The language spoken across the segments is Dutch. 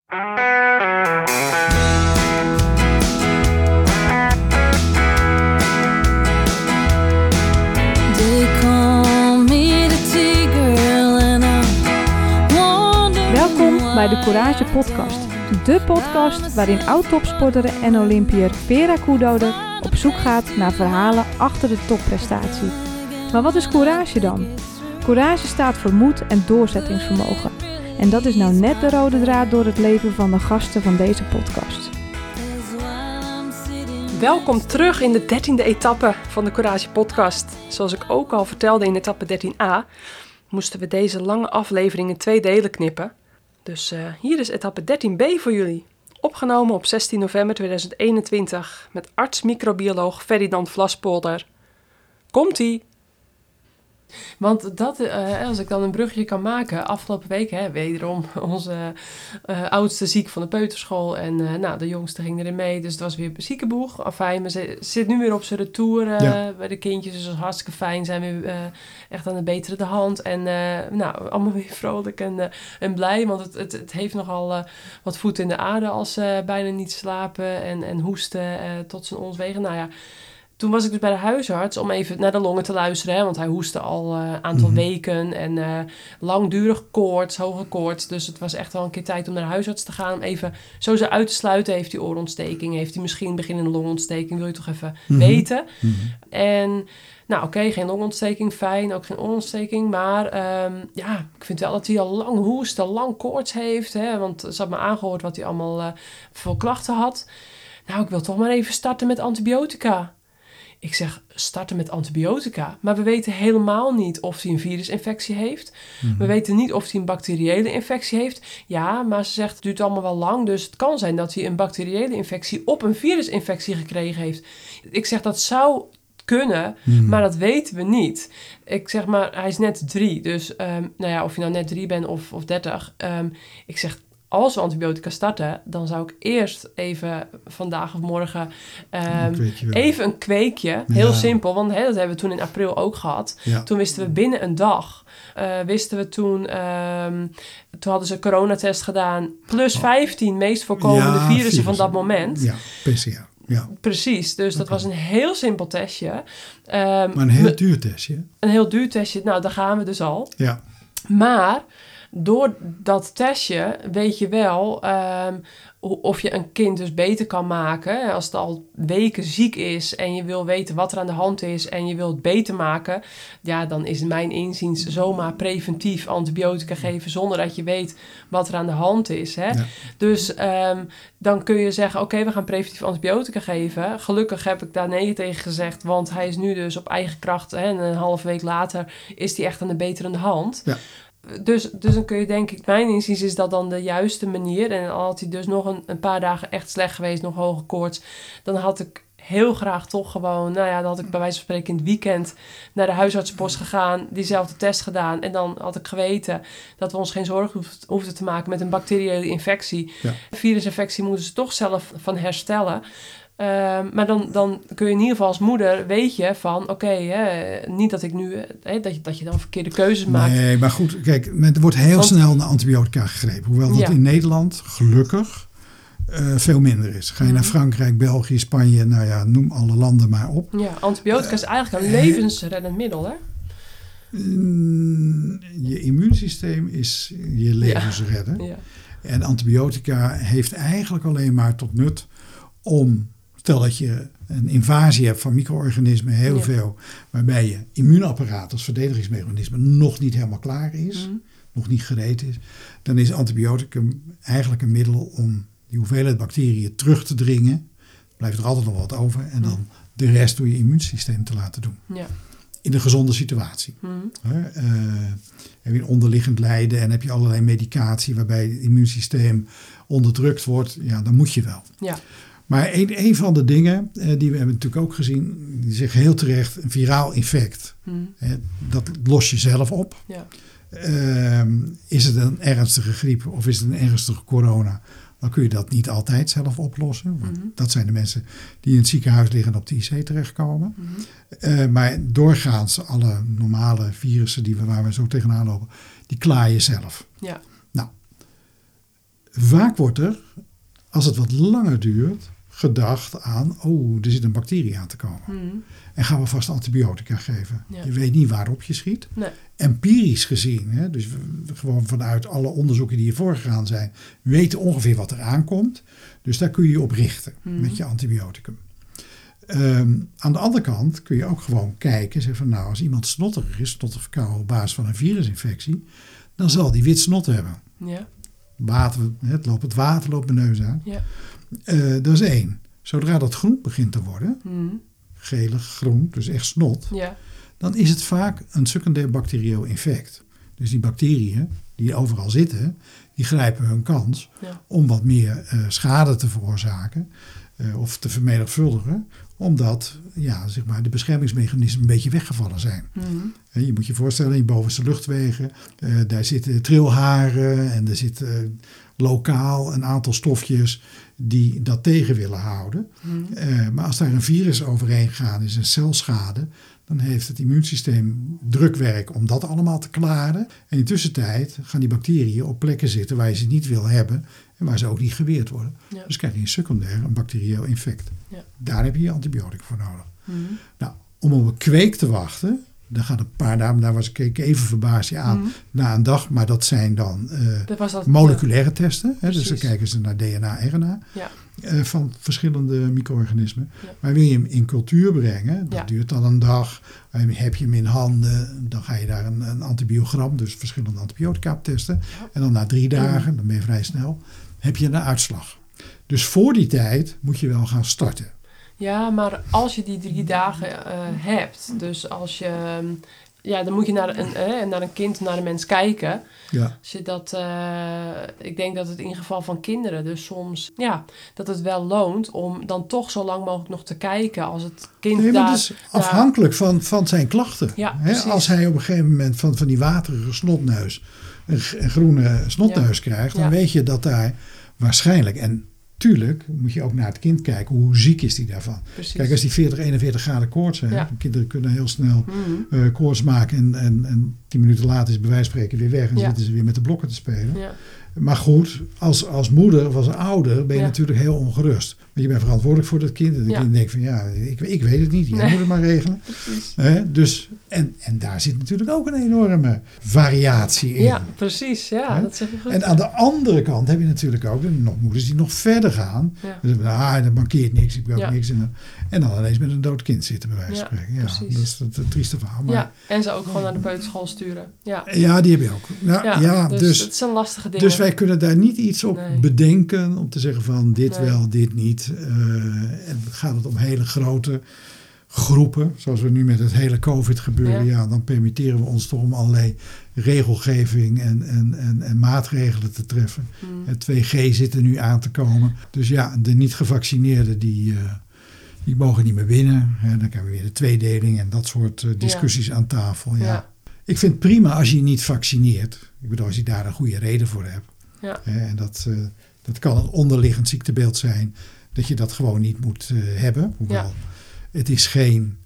Welkom bij de Courage Podcast. De podcast waarin oud-topsporter en Olympiër Vera Koedoder op zoek gaat naar verhalen achter de topprestatie. Maar wat is courage dan? Courage staat voor moed en doorzettingsvermogen. En dat is nou net de rode draad door het leven van de gasten van deze podcast. Welkom terug in de 13e etappe van de Courage Podcast. Zoals ik ook al vertelde in etappe 13a, moesten we deze lange aflevering in 2 delen knippen. Dus hier is etappe 13b voor jullie. Opgenomen op 16 november 2021 met arts-microbioloog Ferdinand Vlaspolder. Komt-ie! Want dat, als ik dan een brugje kan maken, afgelopen week, wederom onze oudste ziek van de peuterschool en de jongste ging erin mee, dus het was weer een ziekenboeg. Afijn, maar ze zit nu weer op zijn retour bij de kindjes, dus dat is hartstikke fijn, zijn we echt aan de betere de hand en allemaal weer vrolijk en blij, want het heeft nogal wat voet in de aarde als bijna niet slapen en hoesten tot zijn ons wegen. Nou ja. Toen was ik dus bij de huisarts om even naar de longen te luisteren. Want hij hoestte al een aantal weken. En langdurig koorts, hoge koorts. Dus het was echt wel een keer tijd om naar de huisarts te gaan. Om even zo ze uit te sluiten. Heeft hij oorontsteking? Heeft hij misschien beginnende longontsteking? Wil je toch even weten? En oké, geen longontsteking. Fijn, ook geen oorontsteking. Maar ik vind wel dat hij al lang hoest, al lang koorts heeft. Want ze had me aangehoord wat hij allemaal voor klachten had. Nou, ik wil toch maar even starten met antibiotica. Ik zeg, starten met antibiotica. Maar we weten helemaal niet of hij een virusinfectie heeft. We weten niet of hij een bacteriële infectie heeft. Ja, maar ze zegt, het duurt allemaal wel lang. Dus het kan zijn dat hij een bacteriële infectie op een virusinfectie gekregen heeft. Ik zeg, dat zou kunnen, maar dat weten we niet. Ik zeg maar, hij is net 3. Dus of je nou net 3 bent of 30. Ik zeg, als we antibiotica starten, dan zou ik eerst even vandaag of morgen even een kweekje. Heel simpel, want dat hebben we toen in april ook gehad. Ja. Toen wisten we binnen een dag, toen hadden ze een coronatest gedaan, plus 15 meest voorkomende virussen van dat moment. Ja, PCR. Ja. Precies, dus dat was een heel simpel testje. Maar een heel duur testje. Een heel duur testje, nou daar gaan we dus al. Ja. Maar door dat testje weet je wel of je een kind dus beter kan maken. Als het al weken ziek is en je wil weten wat er aan de hand is en je wilt het beter maken, ja, dan is mijn inziens zomaar preventief antibiotica geven zonder dat je weet wat er aan de hand is. Hè? Ja. Dus dan kun je zeggen, oké, we gaan preventief antibiotica geven. Gelukkig heb ik daar nee tegen gezegd, want hij is nu dus op eigen kracht en een halve week later is hij echt aan de beterende hand. Ja. Dus dan kun je denk ik, mijn inziens is dat dan de juiste manier. En had hij dus nog een paar dagen echt slecht geweest, nog hoge koorts, dan had ik heel graag toch gewoon, dan had ik bij wijze van spreken in het weekend naar de huisartsenpost gegaan, diezelfde test gedaan. En dan had ik geweten dat we ons geen zorgen hoefden te maken met een bacteriële infectie. Ja. Een virusinfectie moeten ze toch zelf van herstellen. Maar dan kun je in ieder geval als moeder, weet je van, niet dat ik nu, dat je dan verkeerde keuzes maakt. Nee, maar goed, kijk, er wordt heel snel naar antibiotica gegrepen. Hoewel dat in Nederland, gelukkig, veel minder is. Ga je naar Frankrijk, België, Spanje, noem alle landen maar op. Ja, antibiotica is eigenlijk een levensreddend middel, hè? Je immuunsysteem is je levensredder. Ja. En antibiotica heeft eigenlijk alleen maar tot nut om, stel dat je een invasie hebt van micro-organismen, heel veel, waarbij je immuunapparaat als verdedigingsmechanisme nog niet helemaal klaar is, nog niet gereed is, dan is antibioticum eigenlijk een middel om die hoeveelheid bacteriën terug te dringen. Blijft er altijd nog wat over en dan de rest door je immuunsysteem te laten doen. Ja. In een gezonde situatie. Heb je een onderliggend lijden en heb je allerlei medicatie waarbij het immuunsysteem onderdrukt wordt, dan moet je wel. Ja. Maar een van de dingen die we hebben natuurlijk ook gezien, die zeggen heel terecht, een viraal infect. Dat los je zelf op. Ja. Is het een ernstige griep of is het een ernstige corona? Dan kun je dat niet altijd zelf oplossen. Want dat zijn de mensen die in het ziekenhuis liggen en op de IC terechtkomen. Maar doorgaans alle normale virussen waar we zo tegenaan lopen, die klaar je zelf. Ja. Nou, Vaak wordt er, als het wat langer duurt, gedacht aan, er zit een bacterie aan te komen. En gaan we vast antibiotica geven. Ja. Je weet niet waarop je schiet. Nee. Empirisch gezien, hè, dus gewoon vanuit alle onderzoeken die hiervoor gegaan zijn, weten ongeveer wat er aankomt. Dus daar kun je je op richten met je antibioticum. Aan de andere kant kun je ook gewoon kijken, zeggen van als iemand snotterig is, snotterig verkouden op basis van een virusinfectie, dan zal die wit snot hebben. Ja. Het water loopt mijn neus aan. Ja. Dat is 1. Zodra dat groen begint te worden, gelig, groen, dus echt snot, dan is het vaak een secundair bacterieel infect. Dus die bacteriën die overal zitten, die grijpen hun kans om wat meer schade te veroorzaken of te vermenigvuldigen, omdat de beschermingsmechanismen een beetje weggevallen zijn. Je moet je voorstellen, in je bovenste luchtwegen, daar zitten trilharen en er zit lokaal een aantal stofjes die dat tegen willen houden. Maar als daar een virus overheen gaat, is een celschade, dan heeft het immuunsysteem drukwerk om dat allemaal te klaren. En in de tussentijd gaan die bacteriën op plekken zitten waar je ze niet wil hebben en waar ze ook niet geweerd worden. Ja. Dus krijg je een secundair, een bacterieel infect. Ja. Daar heb je antibiotica voor nodig. Nou, om op een kweek te wachten, dan gaat een paar dagen, daar was ik even verbaasd aan, na een dag, maar dat zijn dan moleculaire testen. Hè, dus dan kijken ze naar DNA, RNA van verschillende micro-organismen. Ja. Maar wil je hem in cultuur brengen, dat duurt dan een dag. Heb je hem in handen, dan ga je daar een antibiogram, dus verschillende antibiotica testen. Ja. En dan na 3 dagen, dan ben je vrij snel, heb je een uitslag. Dus voor die tijd moet je wel gaan starten. Ja, maar als je die 3 dagen hebt, dus als je, dan moet je naar een kind, naar een mens kijken. Ja. Als je dat, ik denk dat het in geval van kinderen, dus soms, dat het wel loont om dan toch zo lang mogelijk nog te kijken als het kind maar het is afhankelijk van zijn klachten. Ja, als hij op een gegeven moment van die waterige snotneus een groene snotneus krijgt, dan weet je dat daar waarschijnlijk, en tuurlijk moet je ook naar het kind kijken. Hoe ziek is die daarvan? Precies. Kijk, als die 40, 41 graden koorts heeft. Ja. Kinderen kunnen heel snel koorts maken. En 10 minuten later is bij wijze van spreken weer weg. En zitten ze weer met de blokken te spelen. Ja. Maar goed, als moeder of als ouder ben je natuurlijk heel ongerust. Want je bent verantwoordelijk voor dat kind. En het kind denkt van ik weet het niet. Jij moet het maar regelen. Dus, en daar zit natuurlijk ook een enorme variatie in. Ja, precies. Ja, dat zeg je goed. En aan de andere kant heb je natuurlijk ook nog moeders die nog verder gaan. Ja. Dus dat mankeert niks, ik wil ook niks. En dan ineens met een dood kind zitten bij wijze van spreken. Ja, dat is het trieste verhaal. Maar, en ze ook gewoon naar de peuterschool sturen. Ja, die heb je ook. Dus het zijn lastige dingen. Dus wij kunnen daar niet iets op bedenken om te zeggen van dit wel, dit niet. En gaat het om hele grote groepen, zoals we nu met het hele COVID gebeuren, dan permitteren we ons toch om allerlei regelgeving en maatregelen te treffen. Het 2G zit er nu aan te komen. Dus de niet gevaccineerden die mogen niet meer binnen. Dan krijgen we weer de tweedeling en dat soort discussies aan tafel. Ja. Ik vind het prima als je niet vaccineert. Ik bedoel, als je daar een goede reden voor hebt. Ja. En dat kan een onderliggend ziektebeeld zijn dat je dat gewoon niet moet hebben. Hoewel het is geen,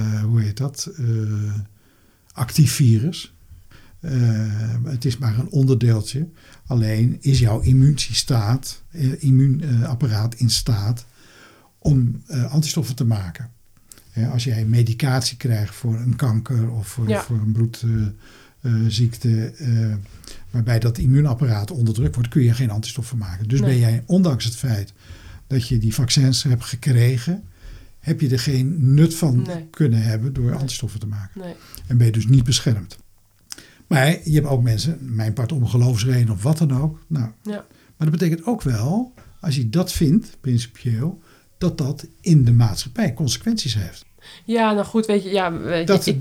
actief virus. Het is maar een onderdeeltje. Alleen is jouw immuunapparaat in staat om antistoffen te maken. Als jij medicatie krijgt voor een kanker of voor een bloedziekte, waarbij dat immuunapparaat onderdrukt wordt, kun je geen antistoffen maken. Dus ben jij, ondanks het feit dat je die vaccins hebt gekregen, heb je er geen nut van kunnen hebben door antistoffen te maken. Nee. En ben je dus niet beschermd. Maar je hebt ook mensen, mijn part om geloofsreden of wat dan ook. Nou, maar dat betekent ook wel, als je dat vindt, principieel, dat in de maatschappij consequenties heeft. Ja, nou goed, weet je,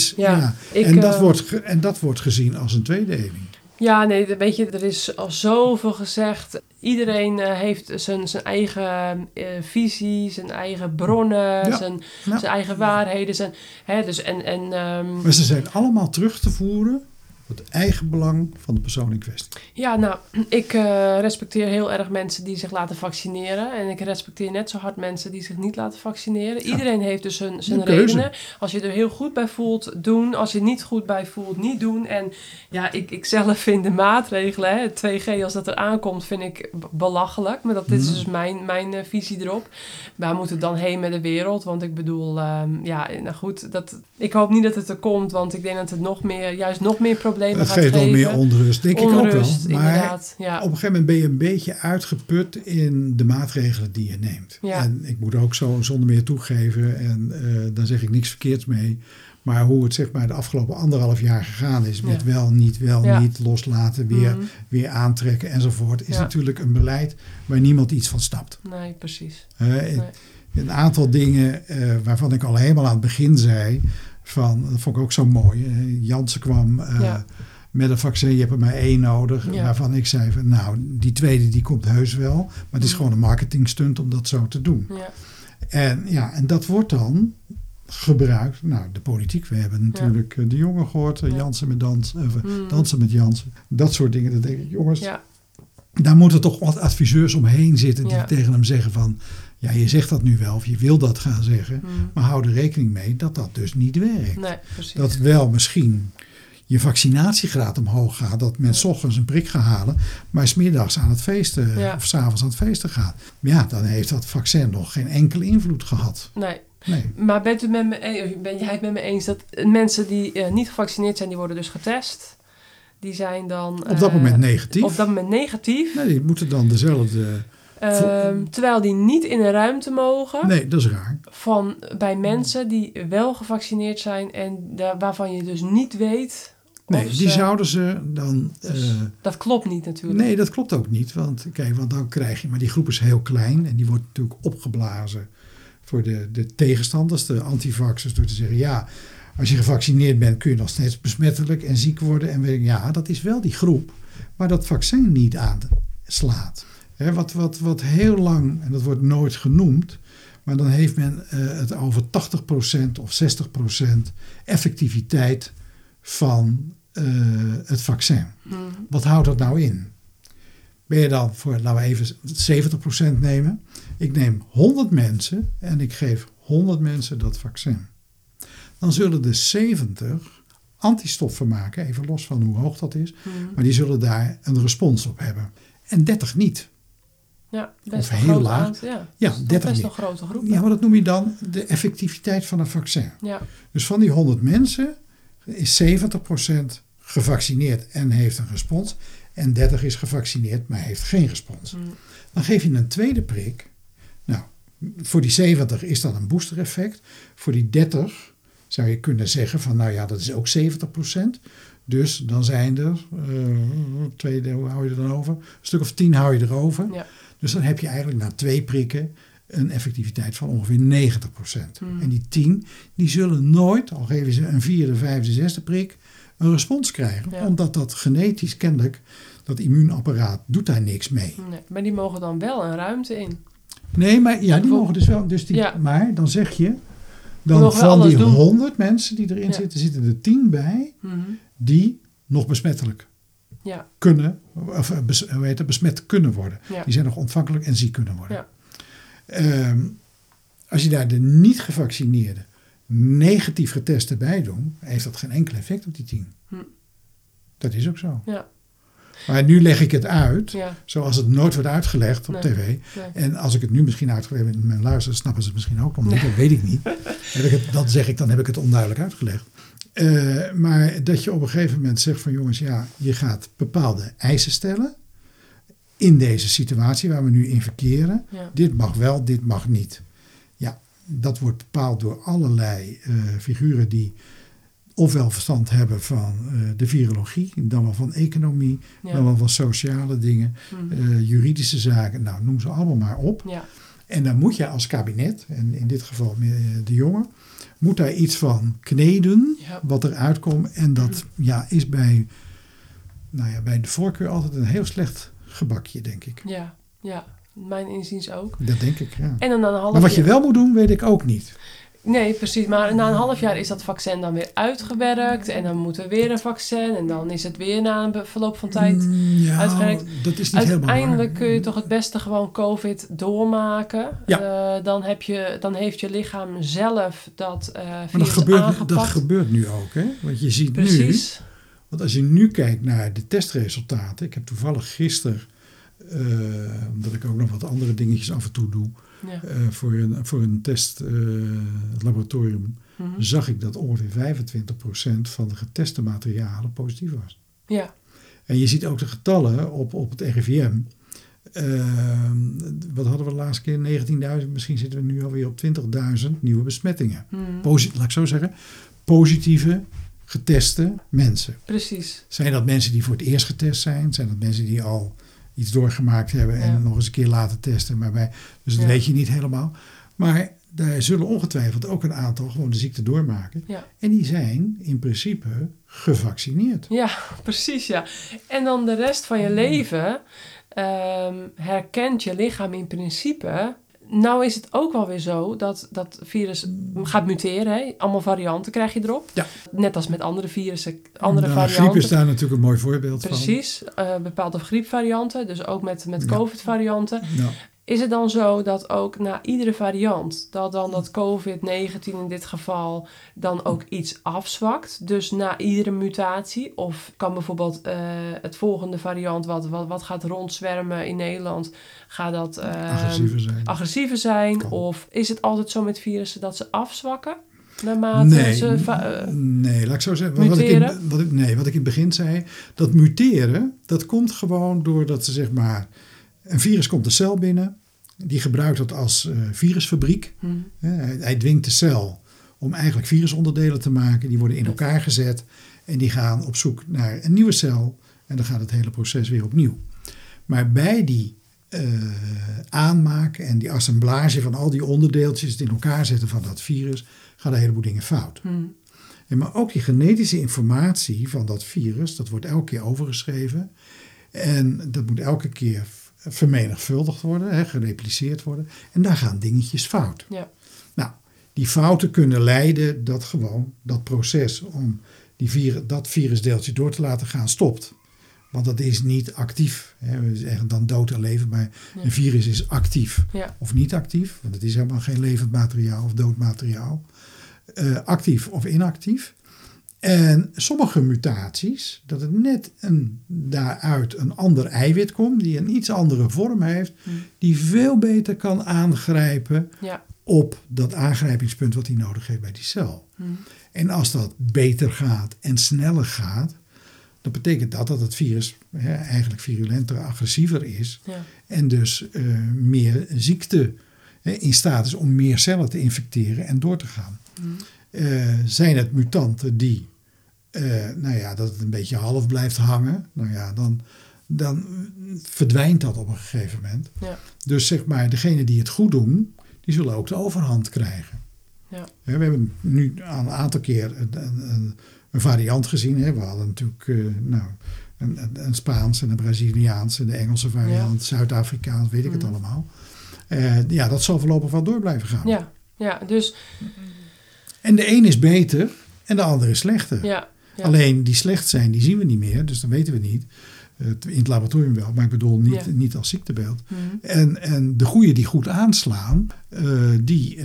dat wordt gezien als een tweedeling. Ja, nee, weet je, er is al zoveel gezegd. Iedereen heeft zijn eigen visie, zijn eigen bronnen, zijn eigen waarheden. Maar ze zijn allemaal terug te voeren het eigen belang van de persoon in kwestie. Ja, nou, ik respecteer heel erg mensen die zich laten vaccineren. En ik respecteer net zo hard mensen die zich niet laten vaccineren. Ja. Iedereen heeft dus zijn redenen. Als je er heel goed bij voelt, doen. Als je er niet goed bij voelt, niet doen. En ja, ik zelf vind de maatregelen, hè, 2G als dat er aankomt, vind ik belachelijk. Maar dit is dus mijn visie erop. Waar moet het dan heen met de wereld? Want ik bedoel, nou goed, ik hoop niet dat het er komt. Want ik denk dat het juist nog meer problemen gaat geven. Het geeft nog meer onrust, denk ik ook wel. Maar ja. Op een gegeven moment ben je een beetje uitgeput in de maatregelen die je neemt. Ja. En ik moet ook zo zonder meer toegeven, en daar zeg ik niks verkeerds mee. Maar hoe het zeg maar de afgelopen 1,5 jaar gegaan is met wel, niet, loslaten, weer aantrekken enzovoort, is natuurlijk een beleid waar niemand iets van snapt. Nee, precies. Een aantal dingen waarvan ik al helemaal aan het begin zei, dat vond ik ook zo mooi. Janssen kwam met een vaccin, je hebt er maar 1 nodig. Ja. Waarvan ik zei van, nou, die tweede die komt heus wel. Maar het is gewoon een marketingstunt om dat zo te doen. Ja. En dat wordt dan gebruikt. Nou, de politiek. We hebben natuurlijk de jongen gehoord. Janssen met dansen met Janssen. Dat soort dingen. Dan denk ik, jongens, daar moeten toch wat adviseurs omheen zitten die tegen hem zeggen van, ja, je zegt dat nu wel of je wil dat gaan zeggen. Maar hou er rekening mee dat dat dus niet werkt. Nee, precies. Dat wel misschien je vaccinatiegraad omhoog gaat, dat men 's ochtends een prik gaat halen, maar 's middags aan het feesten of 's avonds aan het feesten gaat. Maar ja, dan heeft dat vaccin nog geen enkele invloed gehad. Nee. Maar ben jij het met me eens dat mensen die niet gevaccineerd zijn, die worden dus getest? Die zijn dan op dat moment negatief. Op dat moment negatief. Nee, die moeten dan dezelfde. Terwijl die niet in een ruimte mogen. Nee, dat is raar. Bij mensen die wel gevaccineerd zijn en waarvan je dus niet weet. Nee, die zouden ze dan. Dat klopt niet natuurlijk. Nee, dat klopt ook niet. Want dan krijg je. Maar die groep is heel klein en die wordt natuurlijk opgeblazen voor de tegenstanders, de antivaxers, door te zeggen, ja, als je gevaccineerd bent kun je nog steeds besmettelijk en ziek worden. En ja, dat is wel die groep waar dat vaccin niet aan slaat. Wat heel lang, en dat wordt nooit genoemd, maar dan heeft men het over 80% of 60% effectiviteit van het vaccin. Wat houdt dat nou in? Ben je dan laten we even 70% nemen. Ik neem 100 mensen en ik geef 100 mensen dat vaccin. Dan zullen de 70 antistoffen maken, even los van hoe hoog dat is. Maar die zullen daar een respons op hebben. En 30 niet. Ja, best of heel laag. Ja, 30 best een grote groep. Ja, maar dat noem je dan de effectiviteit van een vaccin. Ja. Dus van die 100 mensen is 70% gevaccineerd en heeft een respons. En 30 is gevaccineerd, maar heeft geen respons. Dan geef je een tweede prik. Nou, voor die 70 is dat een booster effect. Voor die 30 zou je kunnen zeggen van, nou ja, dat is ook 70%. Dus dan zijn er, hoe hou je er dan over? Een stuk of 10 hou je erover. Ja. Dus dan heb je eigenlijk na 2 prikken een effectiviteit van ongeveer 90%. En die 10, die zullen nooit, al geven ze een 4e, 5e, 6e prik, een respons krijgen. Ja. Omdat dat genetisch kennelijk, dat immuunapparaat doet daar niks mee. Nee, maar die mogen dan wel een ruimte in. Nee, maar ja, die mogen dus wel. Dus maar dan zeg je, dan van die 100 mensen die erin zitten er 10 bij die nog besmettelijk kunnen, of besmet kunnen worden. Ja. Die zijn nog ontvankelijk en ziek kunnen worden. Ja. Als je daar de niet gevaccineerde negatief getesten bij doet, heeft dat geen enkel effect op die 10. Dat is ook zo. Ja. Maar nu leg ik het uit, zoals het nooit wordt uitgelegd op tv. Nee. En als ik het nu misschien uitgelegd heb met mijn luisteraars, snappen ze het misschien ook niet. Dat weet ik niet. Dat zeg ik, dan heb ik het onduidelijk uitgelegd. Maar dat je op een gegeven moment zegt van jongens, ja, je gaat bepaalde eisen stellen in deze situatie waar we nu in verkeren. Ja. Dit mag wel, dit mag niet. Ja, dat wordt bepaald door allerlei figuren die ofwel verstand hebben van de virologie, dan wel van economie, dan wel van sociale dingen, juridische zaken, nou noem ze allemaal maar op. Ja. En dan moet je als kabinet, en in dit geval de jongen, moet daar iets van kneden wat eruit komt. En dat is bij de voorkeur altijd een heel slecht gebakje, denk ik. Ja, mijn inziens ook. Dat denk ik, ja. En dan maar wat je wel moet doen, weet ik ook niet. Nee, precies. Maar na een half jaar is dat vaccin dan weer uitgewerkt. En dan moet er weer een vaccin. En dan is het weer na een verloop van tijd uitgewerkt. Dat is niet uiteindelijk kun je toch het beste gewoon COVID doormaken. Ja. Dan heeft je lichaam zelf dat virus aangepakt. Dat gebeurt nu ook. Hè? Want je ziet precies. Nu... Want als je nu kijkt naar de testresultaten. Ik heb toevallig gisteren... omdat ik ook nog wat andere dingetjes af en toe doe... Ja. Voor een testlaboratorium zag ik dat ongeveer 25% van de geteste materialen positief was. Ja. En je ziet ook de getallen op het RIVM. Wat hadden we de laatste keer? 19.000, misschien zitten we nu alweer op 20.000 nieuwe besmettingen. Laat ik zo zeggen, positieve geteste mensen. Precies. Zijn dat mensen die voor het eerst getest zijn? Zijn dat mensen die al... iets doorgemaakt hebben en nog eens een keer laten testen. Dus dat weet je niet helemaal. Maar daar zullen ongetwijfeld ook een aantal gewoon de ziekte doormaken. Ja. En die zijn in principe gevaccineerd. Ja, precies ja. En dan de rest van je leven herkent je lichaam in principe... Nou is het ook wel weer zo dat virus gaat muteren. Hè? Allemaal varianten krijg je erop. Ja. Net als met andere virussen, andere varianten. Griep is daar natuurlijk een mooi voorbeeld van. Precies, bepaalde griepvarianten. Dus ook met COVID-varianten. Ja. Is het dan zo dat ook na iedere variant... dat dan dat COVID-19 in dit geval dan ook iets afzwakt? Dus na iedere mutatie? Of kan bijvoorbeeld het volgende variant... wat gaat rondzwermen in Nederland... gaat dat agressiever zijn? Of is het altijd zo met virussen dat ze afzwakken? Naarmate nee, laat ik zo zeggen. Wat ik in het begin zei... dat muteren, dat komt gewoon doordat ze zeg maar... Een virus komt de cel binnen. Die gebruikt dat als virusfabriek. Hij dwingt de cel om eigenlijk virusonderdelen te maken. Die worden in elkaar gezet. En die gaan op zoek naar een nieuwe cel. En dan gaat het hele proces weer opnieuw. Maar bij die aanmaak en die assemblage van al die onderdeeltjes... het in elkaar zetten van dat virus... gaan een heleboel dingen fout. Maar ook die genetische informatie van dat virus... dat wordt elke keer overgeschreven. En dat moet elke keer... vermenigvuldigd worden, gerepliceerd worden. En daar gaan dingetjes fout. Ja. Nou, die fouten kunnen leiden dat gewoon dat proces om dat virusdeeltje door te laten gaan stopt. Want dat is niet actief. We zeggen dan dood en levend, maar een virus is actief of niet actief. Want het is helemaal geen levend materiaal of dood materiaal. Actief of inactief. En sommige mutaties, dat het net daaruit een ander eiwit komt... die een iets andere vorm heeft... die veel beter kan aangrijpen op dat aangrijpingspunt... wat hij nodig heeft bij die cel. En als dat beter gaat en sneller gaat... dan betekent dat het virus eigenlijk virulenter, agressiever is... en dus meer ziekte in staat is om meer cellen te infecteren en door te gaan. Zijn het mutanten die... dat het een beetje half blijft hangen. Dan verdwijnt dat op een gegeven moment. Ja. Dus zeg maar, degenen die het goed doen... die zullen ook de overhand krijgen. Ja. We hebben nu al een aantal keer een variant gezien. Hè. We hadden natuurlijk een Spaans en een Braziliaans... en de Engelse variant, Zuid-Afrikaans, weet ik het allemaal. Dat zal voorlopig wel door blijven gaan. Ja, dus... En de een is beter en de ander is slechter. Ja. Alleen die slecht zijn, die zien we niet meer. Dus dat weten we niet. In het laboratorium wel, maar ik bedoel niet als ziektebeeld. En de goeie die goed aanslaan, die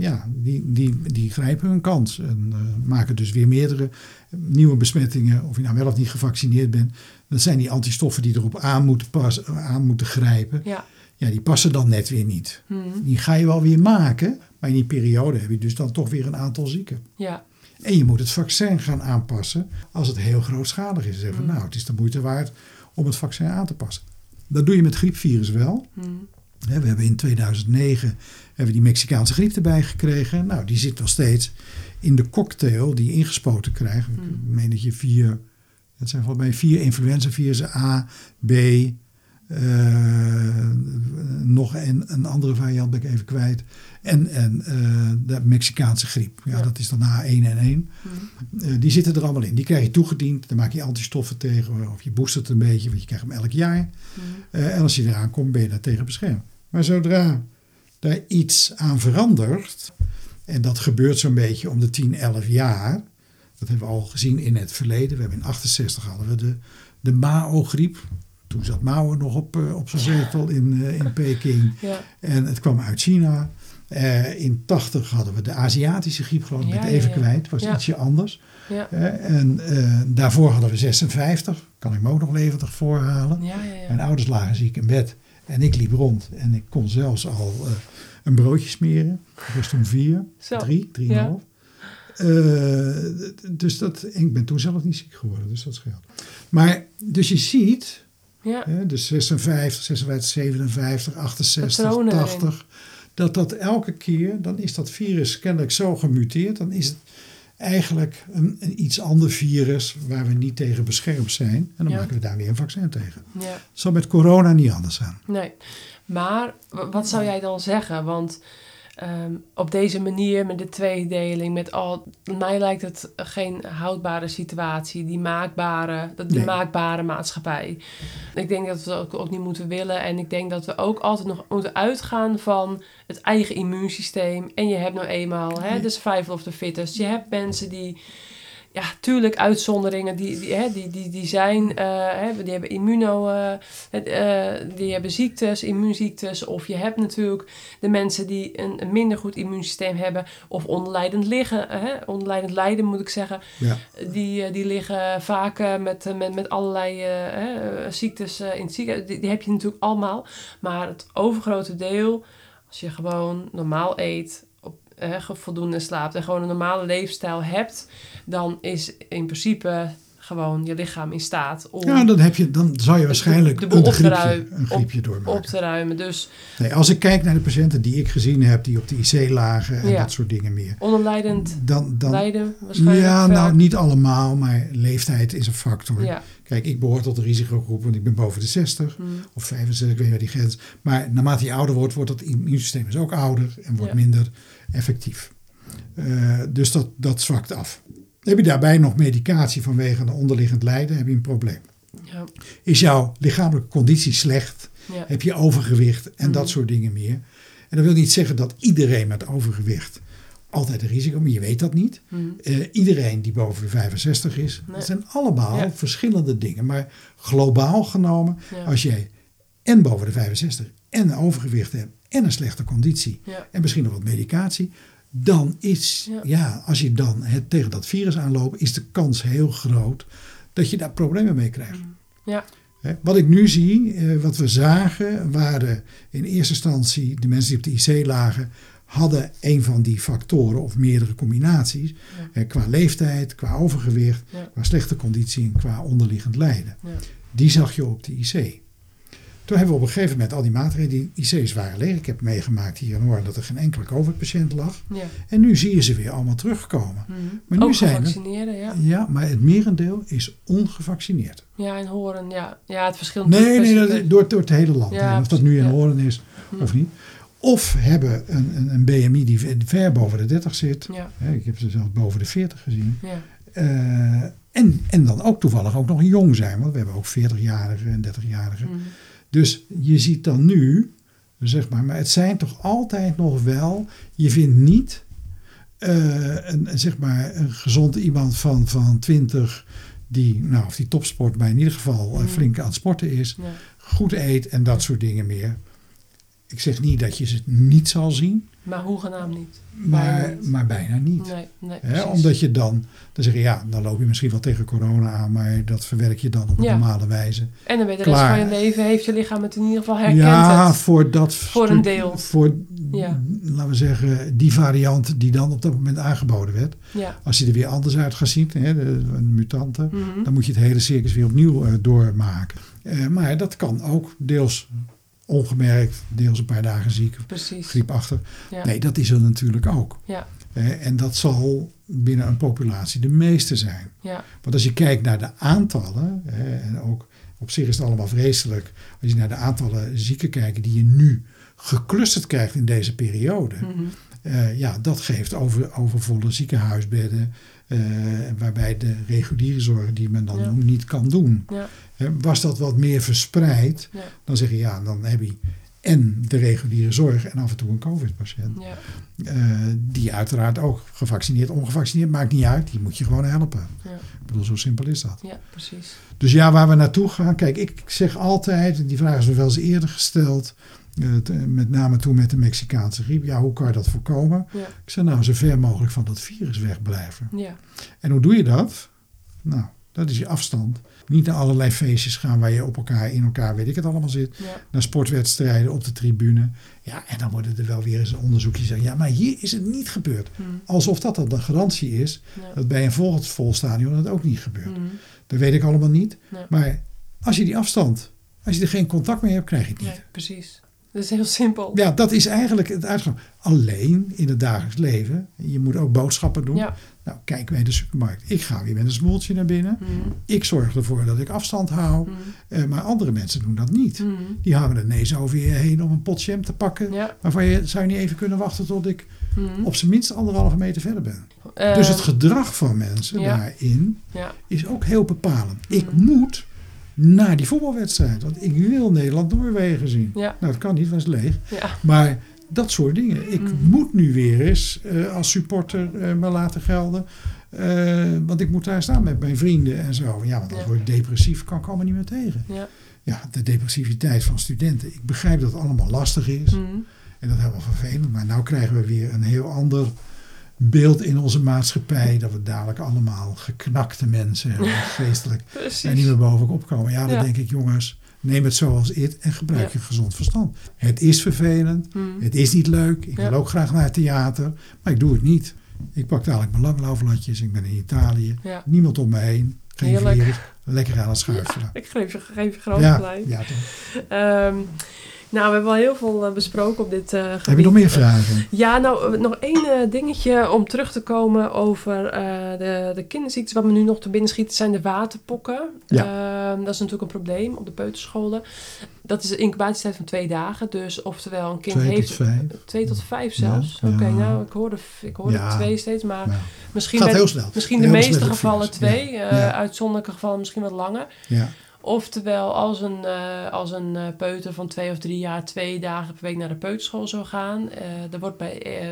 grijpen hun kans. En maken dus weer meerdere nieuwe besmettingen. Of je nou wel of niet gevaccineerd bent. Dat zijn die antistoffen die erop aan moeten grijpen. Ja, die passen dan net weer niet. Die ga je wel weer maken. Maar in die periode heb je dus dan toch weer een aantal zieken. Ja. En je moet het vaccin gaan aanpassen als het heel grootschalig is. Zeggen, het is de moeite waard om het vaccin aan te passen. Dat doe je met griepvirus wel. We hebben in 2009 die Mexicaanse griep erbij gekregen. Nou, die zit nog steeds in de cocktail die je ingespoten krijgt. Ik meen dat je het zijn volgens mij 4 influenzavirussen, A, B... nog een andere variant ben ik even kwijt. En de Mexicaanse griep. Dat is dan H1N1. Die zitten er allemaal in. Die krijg je toegediend. Dan maak je antistoffen tegen. Of je boostert het een beetje. Want je krijgt hem elk jaar. En als je eraan komt, ben je daar tegen beschermd. Maar zodra daar iets aan verandert... En dat gebeurt zo'n beetje om de 10, 11 jaar. Dat hebben we al gezien in het verleden. We hebben in 68 hadden we de Mao-griep. Toen zat Mao nog op zijn zetel in Peking. Ja. En het kwam uit China. In 80 hadden we de Aziatische griep, geloof ik, even kwijt. Was ietsje anders. Ja. En daarvoor hadden we 56. Kan ik me ook nog levendig voorhalen. Ja. Mijn ouders lagen ziek in bed. En ik liep rond. En ik kon zelfs al een broodje smeren. Dat was toen 4, 3,5. Ja. Dus ik ben toen zelf niet ziek geworden. Dus dat scheelt. Maar, dus je ziet... Ja. Dus 56, 57, 68, patronen 80... Dat elke keer, dan is dat virus kennelijk zo gemuteerd. Dan is het eigenlijk een iets ander virus waar we niet tegen beschermd zijn. En dan maken we daar weer een vaccin tegen. Ja. Dat zal met corona niet anders zijn. Nee, maar wat zou jij dan zeggen? Want op deze manier, met de tweedeling, mij lijkt het geen houdbare situatie, die maakbare maatschappij. Ik denk dat we dat ook niet moeten willen. En ik denk dat we ook altijd nog moeten uitgaan van het eigen immuunsysteem. En je hebt nou eenmaal de survival of the fittest. Je hebt mensen die... Ja, tuurlijk uitzonderingen, die zijn, die hebben die hebben ziektes, immuunziektes. Of je hebt natuurlijk de mensen die een minder goed immuunsysteem hebben. Of onderlijdend lijden moet ik zeggen. Ja. Die liggen vaak met allerlei ziektes in het ziekenhuis. Die heb je natuurlijk allemaal. Maar het overgrote deel, als je gewoon normaal eet... voldoende slaapt en gewoon een normale leefstijl hebt, dan is in principe gewoon je lichaam in staat om... Ja, dan zou je waarschijnlijk een griepje doormaken. Op te ruimen. Dus, nee, als ik kijk naar de patiënten die ik gezien heb, die op de IC lagen en dat soort dingen meer. Onderlijdend lijden waarschijnlijk. Ja, nou niet allemaal, maar leeftijd is een factor. Ja. Kijk, ik behoor tot de risicogroep, want ik ben boven de 60 of 65, ik weet niet waar die grens. Maar naarmate je ouder wordt dat immuunsysteem dus ook ouder en wordt minder effectief. Dus dat zwakt af. Heb je daarbij nog medicatie vanwege een onderliggend lijden, heb je een probleem. Ja. Is jouw lichamelijke conditie slecht, heb je overgewicht en dat soort dingen meer. En dat wil niet zeggen dat iedereen met overgewicht altijd een risico, maar je weet dat niet. Iedereen die boven de 65 is, dat zijn allemaal verschillende dingen. Maar globaal genomen, als jij en boven de 65 en overgewicht hebt en een slechte conditie en misschien nog wat medicatie, dan is, als je dan tegen dat virus aanloopt, is de kans heel groot dat je daar problemen mee krijgt. Ja. Wat ik nu zie, wat we zagen, waren in eerste instantie de mensen die op de IC lagen, hadden een van die factoren of meerdere combinaties. Qua leeftijd, qua overgewicht, qua slechte conditie en qua onderliggend lijden. Ja. Die zag je op de IC. Toen hebben we op een gegeven moment al die maatregelen, die IC's waren leeg. Ik heb meegemaakt hier in Hoorn dat er geen enkele COVID-patiënt lag. Ja. En nu zie je ze weer allemaal terugkomen. Maar nu ook gevaccineerden, ja, maar het merendeel is ongevaccineerd. Ja, in Hoorn, ja, het verschil. Nee, door het hele land. Ja, of dat nu in Hoorn is of niet. Of hebben een BMI die ver boven de 30 zit. Ja. Ik heb ze zelfs boven de 40 gezien. Ja. En dan ook toevallig ook nog jong zijn. Want we hebben ook 40-jarigen en 30-jarigen. Dus je ziet dan nu, zeg maar het zijn toch altijd nog wel, je vindt niet een gezond iemand van 20 die topsport, maar in ieder geval flink aan het sporten is, goed eet en dat soort dingen meer. Ik zeg niet dat je ze niet zal zien. Maar hoegenaamd niet. Maar bijna niet. Nee, omdat je dan zeg je, dan loop je misschien wel tegen corona aan, maar dat verwerk je dan op een normale wijze. En dan ben je de rest van je leven, heeft je lichaam het in ieder geval herkend. Ja, voor een deel. Laten we zeggen, die variant die dan op dat moment aangeboden werd. Ja. Als je er weer anders uit gaat zien, de mutanten, dan moet je het hele circus weer opnieuw doormaken. Maar dat kan ook deels ongemerkt, deels een paar dagen ziek, griepachtig. Ja. Nee, dat is er natuurlijk ook. Ja. En dat zal binnen een populatie de meeste zijn. Ja. Want als je kijkt naar de aantallen, en ook op zich is het allemaal vreselijk, als je naar de aantallen zieken kijkt die je nu geclusterd krijgt in deze periode, dat geeft overvolle ziekenhuisbedden, waarbij de reguliere zorg die men dan noemt niet kan doen. Ja. Was dat wat meer verspreid, dan zeg je dan heb je en de reguliere zorg en af en toe een COVID-patiënt. Ja. Die uiteraard ook gevaccineerd, ongevaccineerd, maakt niet uit. Die moet je gewoon helpen. Ja. Ik bedoel, zo simpel is dat. Ja, precies. Dus ja, waar we naartoe gaan. Kijk, ik zeg altijd, die vraag is me wel eens eerder gesteld. Met name toen met de Mexicaanse griep. Ja, hoe kan je dat voorkomen? Ja. Ik zeg nou, zo ver mogelijk van dat virus wegblijven. Ja. En hoe doe je dat? Nou, dat is je afstand. Niet naar allerlei feestjes gaan waar je in elkaar, weet ik het allemaal zit. Ja. Naar sportwedstrijden op de tribune. Ja, en dan worden er wel weer eens onderzoekjes zeggen. Ja, maar hier is het niet gebeurd. Alsof dat dan de garantie is. Ja. Dat bij een vol stadion dat ook niet gebeurt. Dat weet ik allemaal niet. Nee. Maar als je die afstand, als je er geen contact mee hebt, krijg je het niet. Nee, precies. Dat is heel simpel. Ja, dat is eigenlijk het uitgang. Alleen in het dagelijks leven. Je moet ook boodschappen doen. Ja. Nou, kijk bij de supermarkt. Ik ga weer met een smoeltje naar binnen. Ik zorg ervoor dat ik afstand hou. Maar andere mensen doen dat niet. Die houden de neus over je heen om een pot jam te pakken. Ja. Waarvan zou je niet even kunnen wachten tot ik op zijn minst 1,5 meter verder ben. Dus het gedrag van mensen daarin is ook heel bepalend. Ik moet naar die voetbalwedstrijd. Want ik wil Nederland-Noorwegen zien. Ja. Nou, dat kan niet, want het is leeg. Ja. Maar dat soort dingen. Ik moet nu weer eens als supporter me laten gelden. Want ik moet daar staan met mijn vrienden en zo. Ja, want dan word ik depressief. Kan ik allemaal niet meer tegen. Ja. Ja, de depressiviteit van studenten. Ik begrijp dat het allemaal lastig is. En dat is helemaal vervelend. Maar nou krijgen we weer een heel ander beeld in onze maatschappij. Dat we dadelijk allemaal geknakte mensen hebben. Geestelijk. En niet meer bovenop komen. Ja, dan denk ik, jongens, neem het zoals het en gebruik je gezond verstand. Het is vervelend. Het is niet leuk. Ik wil ook graag naar het theater. Maar ik doe het niet. Ik pak dadelijk mijn langlauflatjes. Ik ben in Italië. Ja. Niemand om me heen. Geen virus. Lekker aan het schuiven. Ja, ik geef je groot gelijk. Ja, toch. Nou, we hebben al heel veel besproken op dit gebied. Heb je nog meer vragen? Ja, nou, nog één dingetje om terug te komen over de kinderziektes. Wat me nu nog te binnen schiet, zijn de waterpokken. Ja. Dat is natuurlijk een probleem op de peuterscholen. Dat is een incubatietijd van 2 dagen. Dus oftewel een kind 2 tot 5. 2 tot 5 zelfs. Ja. Oké, nou, ik hoorde 2 steeds. Maar misschien, gaat heel snel. Misschien de meeste gevallen 2. Uitzonderlijke gevallen misschien wat langer. Ja. Oftewel, als een peuter van 2 of 3 jaar 2 dagen per week naar de peuterschool zou gaan. Er wordt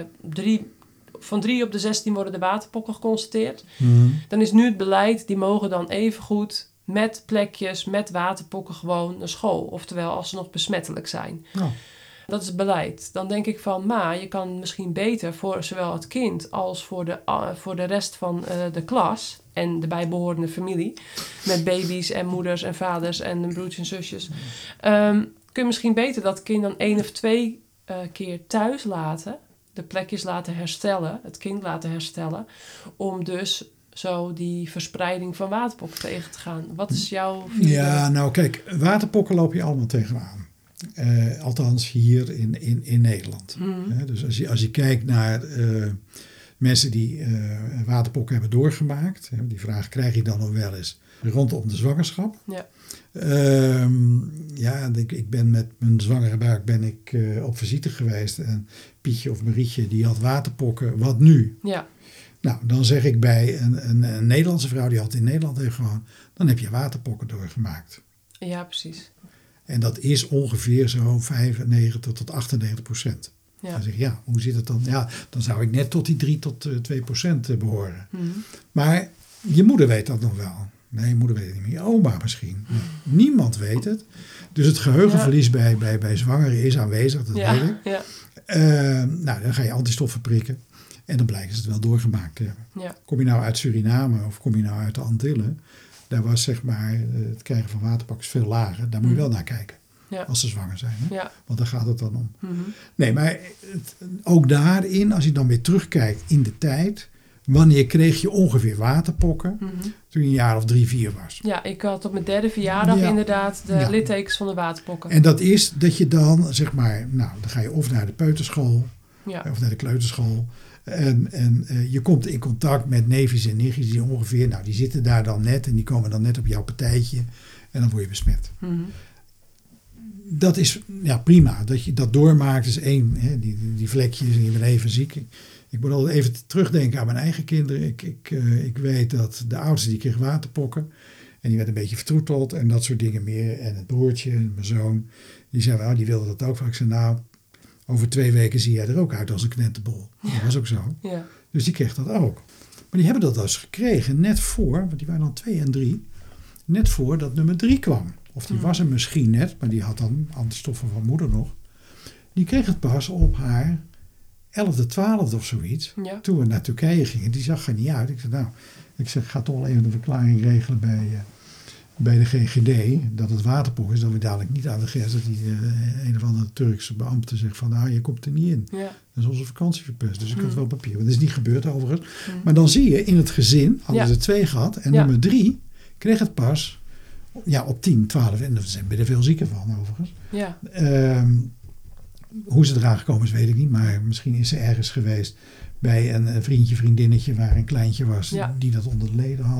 van 3 op de 16 worden de waterpokken geconstateerd. Dan is nu het beleid, die mogen dan evengoed met plekjes, met waterpokken gewoon naar school. Oftewel, als ze nog besmettelijk zijn. Oh. Dat is het beleid. Dan denk ik van, maar je kan misschien beter voor zowel het kind als voor de rest van de klas en de bijbehorende familie, met baby's en moeders en vaders en broertjes en zusjes, kun je misschien beter dat kind dan 1 of 2 keer thuis laten, de plekjes laten herstellen, het kind laten herstellen, om dus zo die verspreiding van waterpokken tegen te gaan. Wat is jouw visie? Ja, nou kijk, waterpokken loop je allemaal tegenaan. Althans hier in Nederland. Dus als je kijkt naar mensen die waterpokken hebben doorgemaakt. Die vraag krijg je dan nog wel eens rondom de zwangerschap. Ja. Ik ben met mijn zwangere buik op visite geweest. En Pietje of Marietje die had waterpokken. Wat nu? Ja. Nou, dan zeg ik bij een Nederlandse vrouw die altijd in Nederland heeft gewoond. Dan heb je waterpokken doorgemaakt. Ja, precies. En dat is ongeveer zo'n 95 tot 98%. Ja. Dan zeg ik, hoe zit het dan? Ja, dan zou ik net tot die 3 tot 2% behoren. Maar je moeder weet dat nog wel. Nee, je moeder weet het niet meer. Je oma misschien. Niemand weet het. Dus het geheugenverlies bij zwangeren is aanwezig, dat weet ik. Ja. Nou, dan ga je antistoffen prikken. En dan blijken ze het wel doorgemaakt te hebben. Ja. Kom je nou uit Suriname of kom je nou uit de Antillen? Daar was zeg maar het krijgen van waterpokken veel lager. Daar moet je wel naar kijken. Ja. Als ze zwanger zijn. Hè? Ja. Want daar gaat het dan om. Nee, maar ook daarin, als je dan weer terugkijkt in de tijd. Wanneer kreeg je ongeveer waterpokken? Toen je een jaar of 3, 4 was. Ja, ik had op mijn 3e verjaardag inderdaad de littekens van de waterpokken. En dat is dat je dan zeg maar, nou dan ga je of naar de peuterschool. Of naar de kleuterschool. En je komt in contact met neefjes en nichtjes die ongeveer, nou die zitten daar dan net en die komen dan net op jouw partijtje en dan word je besmet. Dat is prima, dat je dat doormaakt is één, hè, die vlekjes en je bent even ziek. Ik moet altijd even terugdenken aan mijn eigen kinderen. Ik weet dat de oudste die kreeg waterpokken En die werd een beetje vertroeteld en dat soort dingen meer. En het broertje, mijn zoon, die zei wel, die wilde dat ook. Ik zei, nou, over 2 weken zie jij er ook uit als een krentenbol. Ja. Dat was ook zo. Ja. Dus die kreeg dat ook. Maar die hebben dat dus gekregen net voor, want die waren dan 2 en 3, net voor dat nummer 3 kwam. Of die was er misschien net, maar die had dan antistoffen van moeder nog. Die kreeg het pas op haar 11e, 12e of zoiets. Ja. Toen we naar Turkije gingen, die zag er niet uit. Ik zei, ga toch wel even een verklaring regelen bij de GGD. Dat het waterpok is, dat we dadelijk niet aan de grens. Dat die een of andere Turkse beambte zegt van, je komt er niet in. Ja. Dat is onze vakantie verpest. Dus ik had wel papier. Maar dat is niet gebeurd overigens. Maar dan zie je, in het gezin hadden ze 2 gehad. En nummer 3 kreeg het pas op 10, 12. En daar zijn er veel zieker van overigens. Ja. Hoe ze eraan gekomen is, weet ik niet. Maar misschien is ze ergens geweest bij een vriendje, vriendinnetje waar een kleintje was die dat onder de leden had.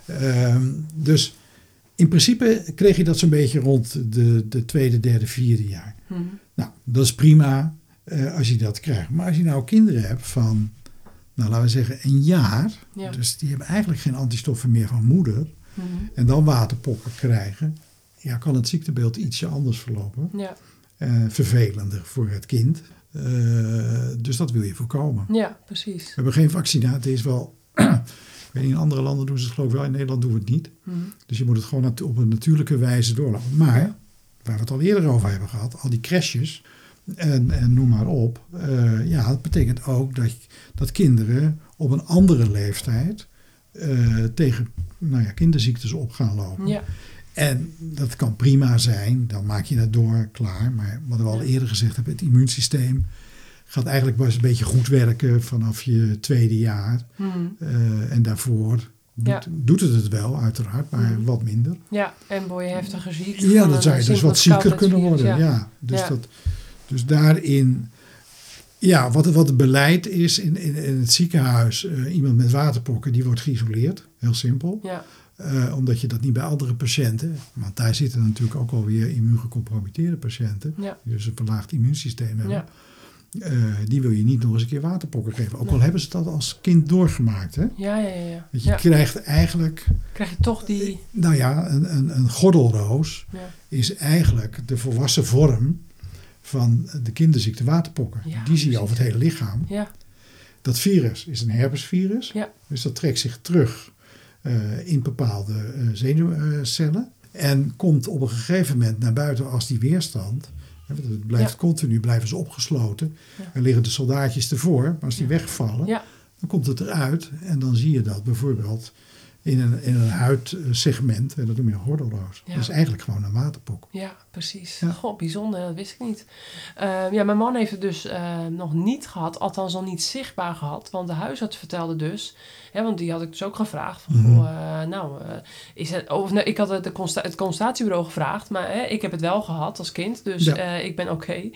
Dus in principe kreeg je dat zo'n beetje rond de 2e, 3e, 4e jaar. Nou, dat is prima als je dat krijgt. Maar als je nou kinderen hebt van, laten we zeggen 1 jaar. Ja. Dus die hebben eigenlijk geen antistoffen meer van moeder. En dan waterpokken krijgen. Ja, kan het ziektebeeld ietsje anders verlopen. Ja. Vervelender voor het kind. Dus dat wil je voorkomen. Ja, precies. We hebben geen vaccinatie. Het is wel... in andere landen doen ze het geloof ik wel. In Nederland doen we het niet. Dus je moet het gewoon op een natuurlijke wijze doorlopen. Maar, waar we het al eerder over hebben gehad. Al die crashes. En noem maar op. Dat betekent ook dat kinderen op een andere leeftijd... tegen kinderziektes op gaan lopen. Ja. En dat kan prima zijn, dan maak je het door, klaar. Maar wat we al eerder gezegd hebben, het immuunsysteem gaat eigenlijk best een beetje goed werken vanaf je 2e jaar. En daarvoor doet het wel, uiteraard, maar wat minder. Ja, en word je heftiger ziek. Ja, dan zou je dus wat zieker kunnen worden. Ja. Dus daarin... Ja, wat het beleid is in het ziekenhuis, iemand met waterpokken, die wordt geïsoleerd. Heel simpel. Ja. Omdat je dat niet bij andere patiënten, want daar zitten natuurlijk ook alweer immuungecompromitteerde patiënten, die dus een verlaagd immuunsysteem hebben. Die wil je niet nog eens een keer waterpokken geven. Ook al hebben ze dat als kind doorgemaakt. Hè? Ja. Want je krijgt eigenlijk... Krijg je toch die... een gordelroos is eigenlijk de volwassen vorm van de kinderziekte waterpokken. Ja, die zie je over het hele lichaam. Ja. Dat virus is een herpesvirus. Ja. Dus dat trekt zich terug in bepaalde zenuwcellen. En komt op een gegeven moment naar buiten als die weerstand. Het blijft continu, blijven ze opgesloten. Ja. Er liggen de soldaatjes ervoor. Maar als die wegvallen, dan komt het eruit. En dan zie je dat bijvoorbeeld in een huidsegment. En dat noem je een gordelroos. Ja. Dat is eigenlijk gewoon een waterpok. Ja, precies. Ja. Goh, bijzonder. Dat wist ik niet. Mijn man heeft het dus nog niet gehad. Althans nog niet zichtbaar gehad. Want de huisarts vertelde dus... want die had ik dus ook gevraagd. Is het... ik had het consultatiebureau gevraagd. Maar ik heb het wel gehad als kind. Dus ik ben oké.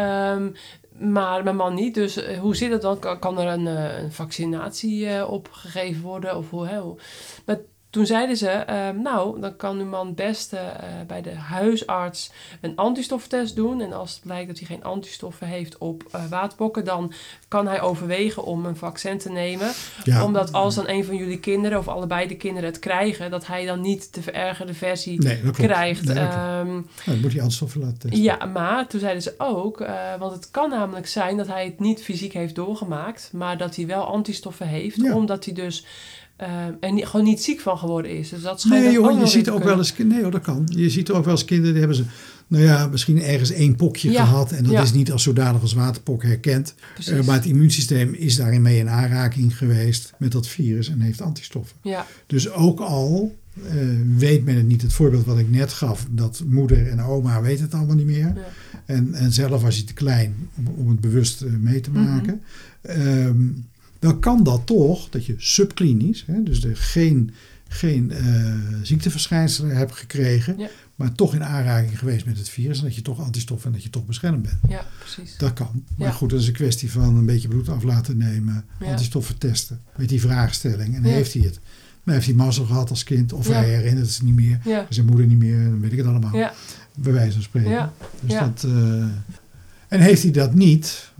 Maar mijn man niet. Dus hoe zit het dan? Kan er een vaccinatie opgegeven worden? Of hoe? Maar toen zeiden ze, dan kan uw man best bij de huisarts een antistoffentest doen. En als het blijkt dat hij geen antistoffen heeft op waterpokken, dan kan hij overwegen om een vaccin te nemen. Ja. Omdat als dan een van jullie kinderen of allebei de kinderen het krijgen, dat hij dan niet de verergerde versie krijgt. Nee, dan moet hij antistoffen laten testen. Ja, maar toen zeiden ze ook, want het kan namelijk zijn dat hij het niet fysiek heeft doorgemaakt, maar dat hij wel antistoffen heeft, omdat hij dus... en gewoon niet ziek van geworden is. Dus dat schijnt je ziet ook wel eens... Nee hoor, dat kan. Je ziet ook wel eens kinderen, die hebben ze... misschien ergens 1 pokje gehad. En dat is niet als zodanig als waterpok herkend. Maar het immuunsysteem is daarin mee in aanraking geweest met dat virus en heeft antistoffen. Ja. Dus ook al weet men het niet. Het voorbeeld wat ik net gaf, dat moeder en oma weten het allemaal niet meer. Ja. En zelf was hij te klein om het bewust mee te maken. Dan kan dat toch, dat je subklinisch, dus geen ziekteverschijnselen hebt gekregen, maar toch in aanraking geweest met het virus en dat je toch antistoffen en dat je toch beschermd bent. Ja, precies. Dat kan. Maar goed, dat is een kwestie van een beetje bloed af laten nemen, antistoffen testen, met die vraagstelling. En heeft hij het. Maar heeft hij mazzel gehad als kind, of hij herinnert het niet meer, zijn moeder niet meer, dan weet ik het allemaal. Ja. Bij wijze van spreken. Ja. Dus dat... En heeft hij dat niet,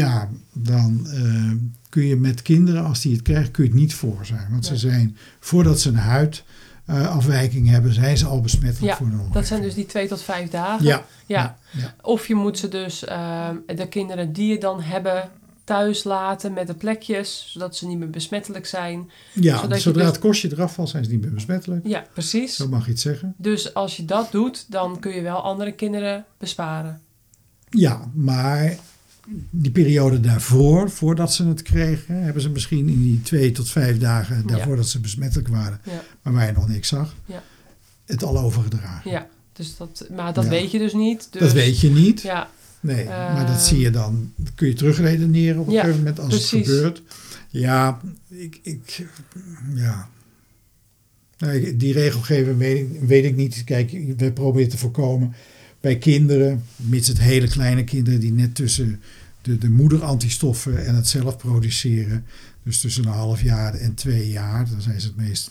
dan kun je met kinderen, als die het krijgen, kun je het niet voor zijn. Want ze zijn, voordat ze een huid afwijking hebben, zijn ze al besmettelijk voor een omgeving. Dat zijn dus die 2 tot 5 dagen. Ja. Of je moet ze dus, de kinderen die je dan hebben, thuis laten met de plekjes, zodat ze niet meer besmettelijk zijn. Ja, zodra het kostje eraf valt, zijn ze niet meer besmettelijk. Ja, precies. Zo mag je het zeggen. Dus als je dat doet, dan kun je wel andere kinderen besparen. Ja, maar die periode daarvoor, voordat ze het kregen, hebben ze misschien in die 2 tot 5 dagen daarvoor dat ze besmettelijk waren, maar waar je nog niks zag, het al overgedragen. Ja, dus maar dat weet je dus niet. Dus, dat weet je niet. Ja. Nee, maar dat zie je dan. Dat kun je terugredeneren op een gegeven moment als het gebeurt. Ja, die regelgeving weet ik niet. Kijk, we proberen te voorkomen bij kinderen, mits het hele kleine kinderen die net tussen de moederantistoffen en het zelf produceren, dus tussen een half jaar en 2 jaar, dan zijn ze het meest,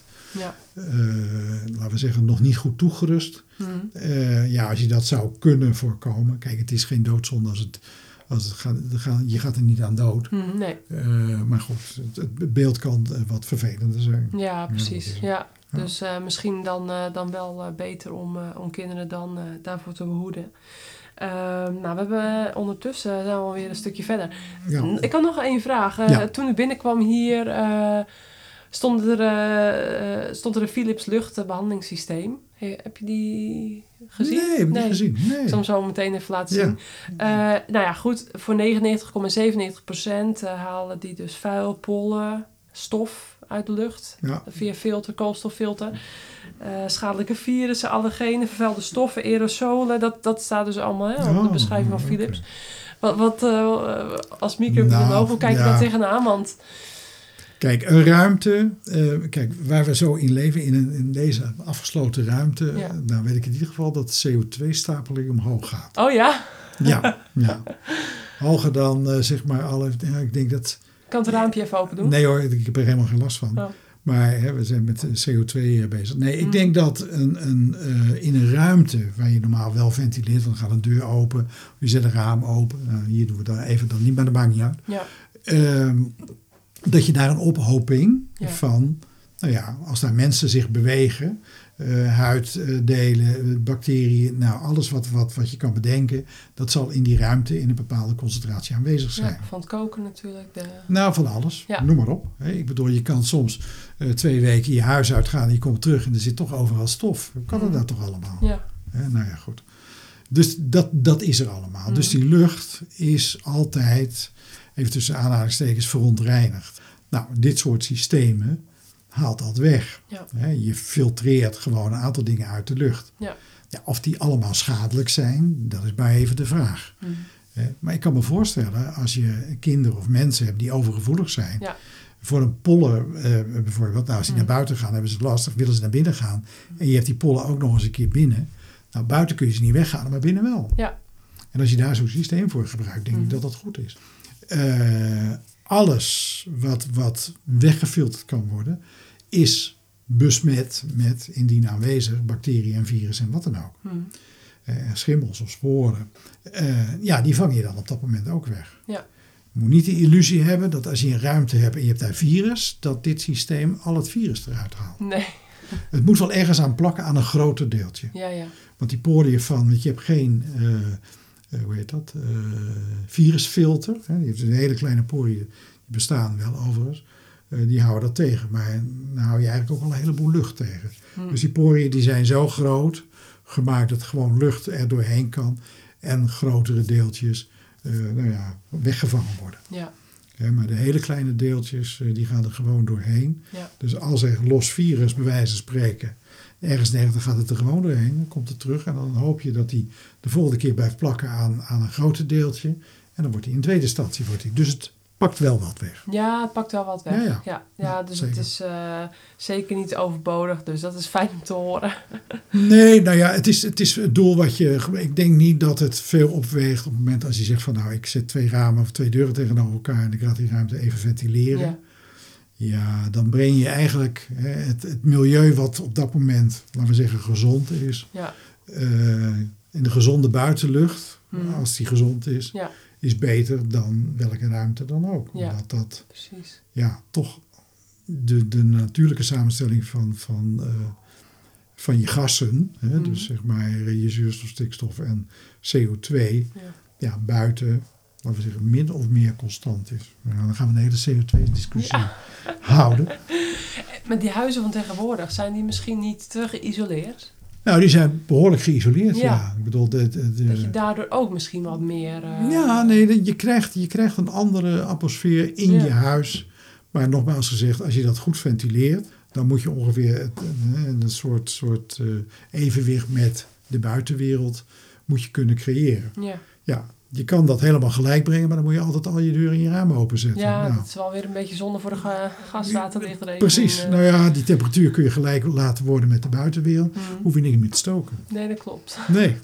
laten we zeggen, nog niet goed toegerust. Als je dat zou kunnen voorkomen, kijk, het is geen doodzonde als het gaat, je gaat er niet aan dood. Nee. Maar goed, het beeld kan wat vervelender zijn. Ja, precies. Ja. Dus misschien dan wel beter om kinderen dan daarvoor te behoeden. We hebben ondertussen zijn we alweer een stukje verder. Ja. Ik had nog 1 vraag. Toen ik binnenkwam hier, stond er een Philips luchtbehandelingssysteem. Heb je die gezien? Nee, heb ik niet gezien. Nee. Ik zal hem zo meteen even laten zien. Goed. Voor 99,97% halen die dus vuil, pollen, stof uit de lucht. Via filter, koolstoffilter. Schadelijke virussen, allergenen, vervuilde stoffen, aerosolen. Dat staat dus allemaal op de beschrijving van Philips. Wat als microbioloog, hoe kijk je daar tegenaan? Want kijk, een ruimte, waar we zo in leven, in deze afgesloten ruimte, dan weet ik in ieder geval dat CO2-stapeling omhoog gaat. Oh ja? Ja. Hoger dan zeg maar ik denk dat. Kan het raampje even open doen? Nee hoor, ik heb er helemaal geen last van. Oh. Maar we zijn met CO2 bezig. Nee, ik denk dat in een ruimte waar je normaal wel ventileert, dan gaat een deur open, je zet een raam open. Hier doen we dat even dan niet, maar dat maakt niet uit. Ja. Dat je daar een ophoping van, als daar mensen zich bewegen, huiddelen, bacteriën, alles wat je kan bedenken, dat zal in die ruimte in een bepaalde concentratie aanwezig zijn. Ja, van het koken natuurlijk. Van alles. Noem maar op. Ik bedoel, je kan soms 2 weken je huis uitgaan en je komt terug en er zit toch overal stof. Hoe kan dat toch allemaal? Ja. Goed. Dus dat is er allemaal. Dus die lucht is altijd, even tussen aanhalingstekens, verontreinigd. Dit soort systemen haalt dat weg. Ja. Je filtreert gewoon een aantal dingen uit de lucht. Ja. Of die allemaal schadelijk zijn, dat is maar even de vraag. Maar ik kan me voorstellen, als je kinderen of mensen hebt die overgevoelig zijn, voor een pollen bijvoorbeeld, als die naar buiten gaan, hebben ze het lastig, willen ze naar binnen gaan. En je hebt die pollen ook nog eens een keer binnen. Buiten kun je ze niet weghalen, maar binnen wel. Ja. En als je daar zo'n systeem voor gebruikt, denk ik dat dat goed is. Alles wat weggefilterd kan worden, is besmet met, indien aanwezig, bacteriën en virus en wat dan ook. Schimmels of sporen. Die vang je dan op dat moment ook weg. Ja. Je moet niet de illusie hebben dat als je een ruimte hebt en je hebt daar virus, dat dit systeem al het virus eruit haalt. Nee. Het moet wel ergens aan plakken aan een groter deeltje. Ja. Want die poriën want je hebt geen virusfilter. Je hebt een hele kleine poriën, die bestaan wel overigens. Die houden dat tegen. Maar dan hou je eigenlijk ook al een heleboel lucht tegen. Dus die poriën die zijn zo groot, gemaakt dat gewoon lucht er doorheen kan. En grotere deeltjes weggevangen worden. Ja. Maar de hele kleine deeltjes, die gaan er gewoon doorheen. Ja. Dus als er los virus, bij wijze van spreken, ergens dan gaat het er gewoon doorheen. Dan komt het terug en dan hoop je dat die de volgende keer blijft plakken aan een groter deeltje. En dan wordt hij in tweede instantie. Dus het pakt wel wat weg. Ja, het pakt wel wat weg. Ja, dus zeker. Het is zeker niet overbodig. Dus dat is fijn om te horen. Nee, het is het doel wat je... Ik denk niet dat het veel opweegt op het moment als je zegt van ik zet 2 ramen of 2 deuren tegenover elkaar en ik laat die ruimte even ventileren. Ja, dan breng je eigenlijk het milieu wat op dat moment, laten we zeggen, gezond is. Ja. In de gezonde buitenlucht, als die gezond is... Ja. Is beter dan welke ruimte dan ook. Omdat dat precies. Toch de natuurlijke samenstelling van van je gassen, dus zeg maar je zuurstof, stikstof en CO2, buiten, laten we zeggen, min of meer constant is. Nou, dan gaan we een hele CO2-discussie houden. Maar die huizen van tegenwoordig, zijn die misschien niet te geïsoleerd? Nou, die zijn behoorlijk geïsoleerd, ja. Ik bedoel, dat je daardoor ook misschien wat meer... je krijgt een andere atmosfeer in je huis. Maar nogmaals gezegd, als je dat goed ventileert, dan moet je ongeveer een soort evenwicht met de buitenwereld moet je kunnen creëren. Ja, je kan dat helemaal gelijk brengen, maar dan moet je altijd al je deuren en je ramen openzetten. Ja, dat is wel weer een beetje zonde voor de gaswaterregeling. Precies. Nou ja, die temperatuur kun je gelijk laten worden met de buitenwereld. Hoef je niet meer te stoken. Nee, dat klopt. Nee.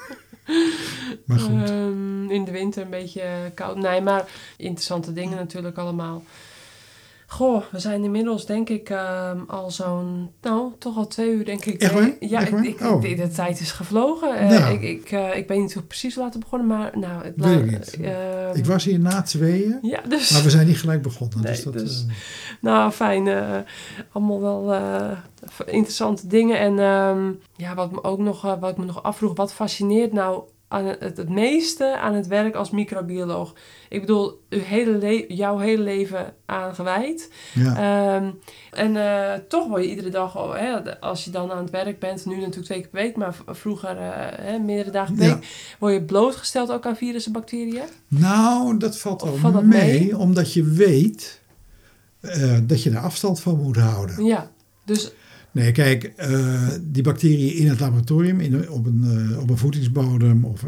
Maar goed. In de winter een beetje koud. Nee, maar interessante dingen natuurlijk allemaal. Goh, we zijn inmiddels denk ik al zo'n, toch al 2 uur denk ik. Echt waar? Ja, Echt waar? de tijd is gevlogen. Ik weet niet hoe precies laten begonnen, maar weet ik niet. Ik was hier na 2:00, maar we zijn niet gelijk begonnen. Nee, nou, fijn. Allemaal wel interessante dingen. En wat ik me nog afvroeg, wat fascineert nou aan het meeste aan het werk als microbioloog? Ik bedoel, jouw hele leven aangewijd. Ja. Toch word je iedere dag, als je dan aan het werk bent, nu natuurlijk 2 keer per week, maar vroeger meerdere dagen per week, word je blootgesteld ook aan virussen, bacteriën? Nou, dat valt wel mee, omdat je weet dat je er afstand van moet houden. Ja, dus... Nee, kijk, die bacteriën in het laboratorium, op een voedingsbodem, of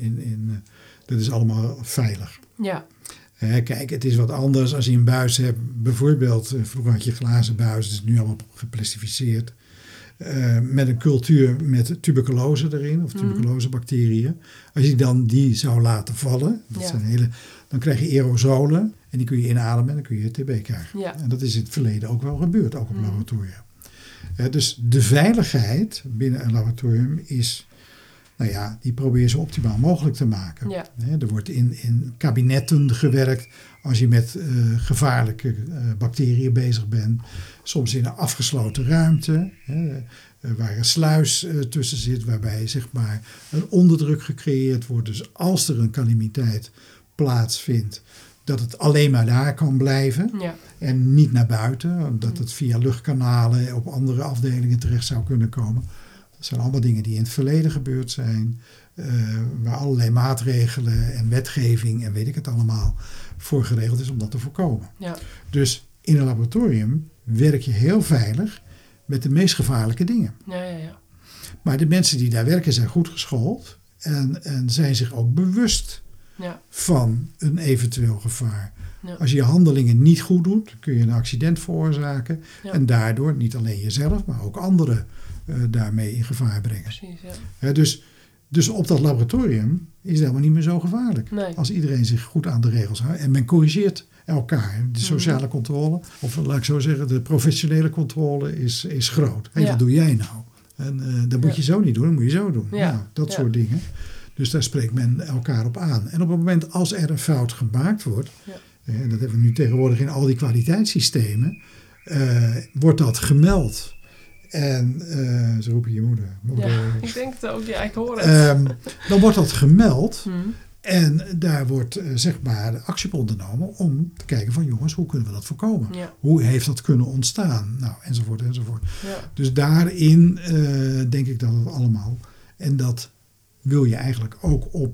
dat is allemaal veilig. Ja. Kijk, het is wat anders als je een buis hebt. Bijvoorbeeld, vroeger had je glazen buis, dat is nu allemaal geplastificeerd. Met een cultuur met tuberculose erin, of tuberculosebacteriën. Als je dan die zou laten vallen, dan krijg je aerosolen. En die kun je inademen en dan kun je TB krijgen. Ja. En dat is in het verleden ook wel gebeurd, ook op laboratoria. Dus de veiligheid binnen een laboratorium is, die probeer je zo optimaal mogelijk te maken. Ja. Er wordt in kabinetten gewerkt als je met gevaarlijke bacteriën bezig bent. Soms in een afgesloten ruimte, waar een sluis tussen zit, waarbij zeg maar een onderdruk gecreëerd wordt. Dus als er een calamiteit plaatsvindt, dat het alleen maar daar kan blijven en niet naar buiten. Omdat het via luchtkanalen op andere afdelingen terecht zou kunnen komen. Dat zijn allemaal dingen die in het verleden gebeurd zijn. Waar allerlei maatregelen en wetgeving en weet ik het allemaal voor geregeld is om dat te voorkomen. Ja. Dus in een laboratorium werk je heel veilig met de meest gevaarlijke dingen. Ja. Maar de mensen die daar werken zijn goed geschoold en zijn zich ook bewust van een eventueel gevaar. Ja. Als je je handelingen niet goed doet, kun je een accident veroorzaken. Ja. En daardoor niet alleen jezelf, maar ook anderen daarmee in gevaar brengen. Precies, ja. Dus op dat laboratorium is het helemaal niet meer zo gevaarlijk. Nee. Als iedereen zich goed aan de regels houdt. En men corrigeert elkaar. De sociale controle, of laat ik zo zeggen, de professionele controle is groot. Hey, wat doe jij nou? En dat moet je zo niet doen, dat moet je zo doen. Ja. Nou, dat soort dingen. Dus daar spreekt men elkaar op aan. En op het moment als er een fout gemaakt wordt, en dat hebben we nu tegenwoordig in al die kwaliteitssystemen, wordt dat gemeld. En ze roepen je moeder. Ik denk het ook, ik hoor het. Dan wordt dat gemeld en daar wordt zeg maar actie ondernomen om te kijken van jongens, hoe kunnen we dat voorkomen? Ja. Hoe heeft dat kunnen ontstaan? Nou, enzovoort. Ja. Dus daarin denk ik dat het allemaal, en dat wil je eigenlijk ook op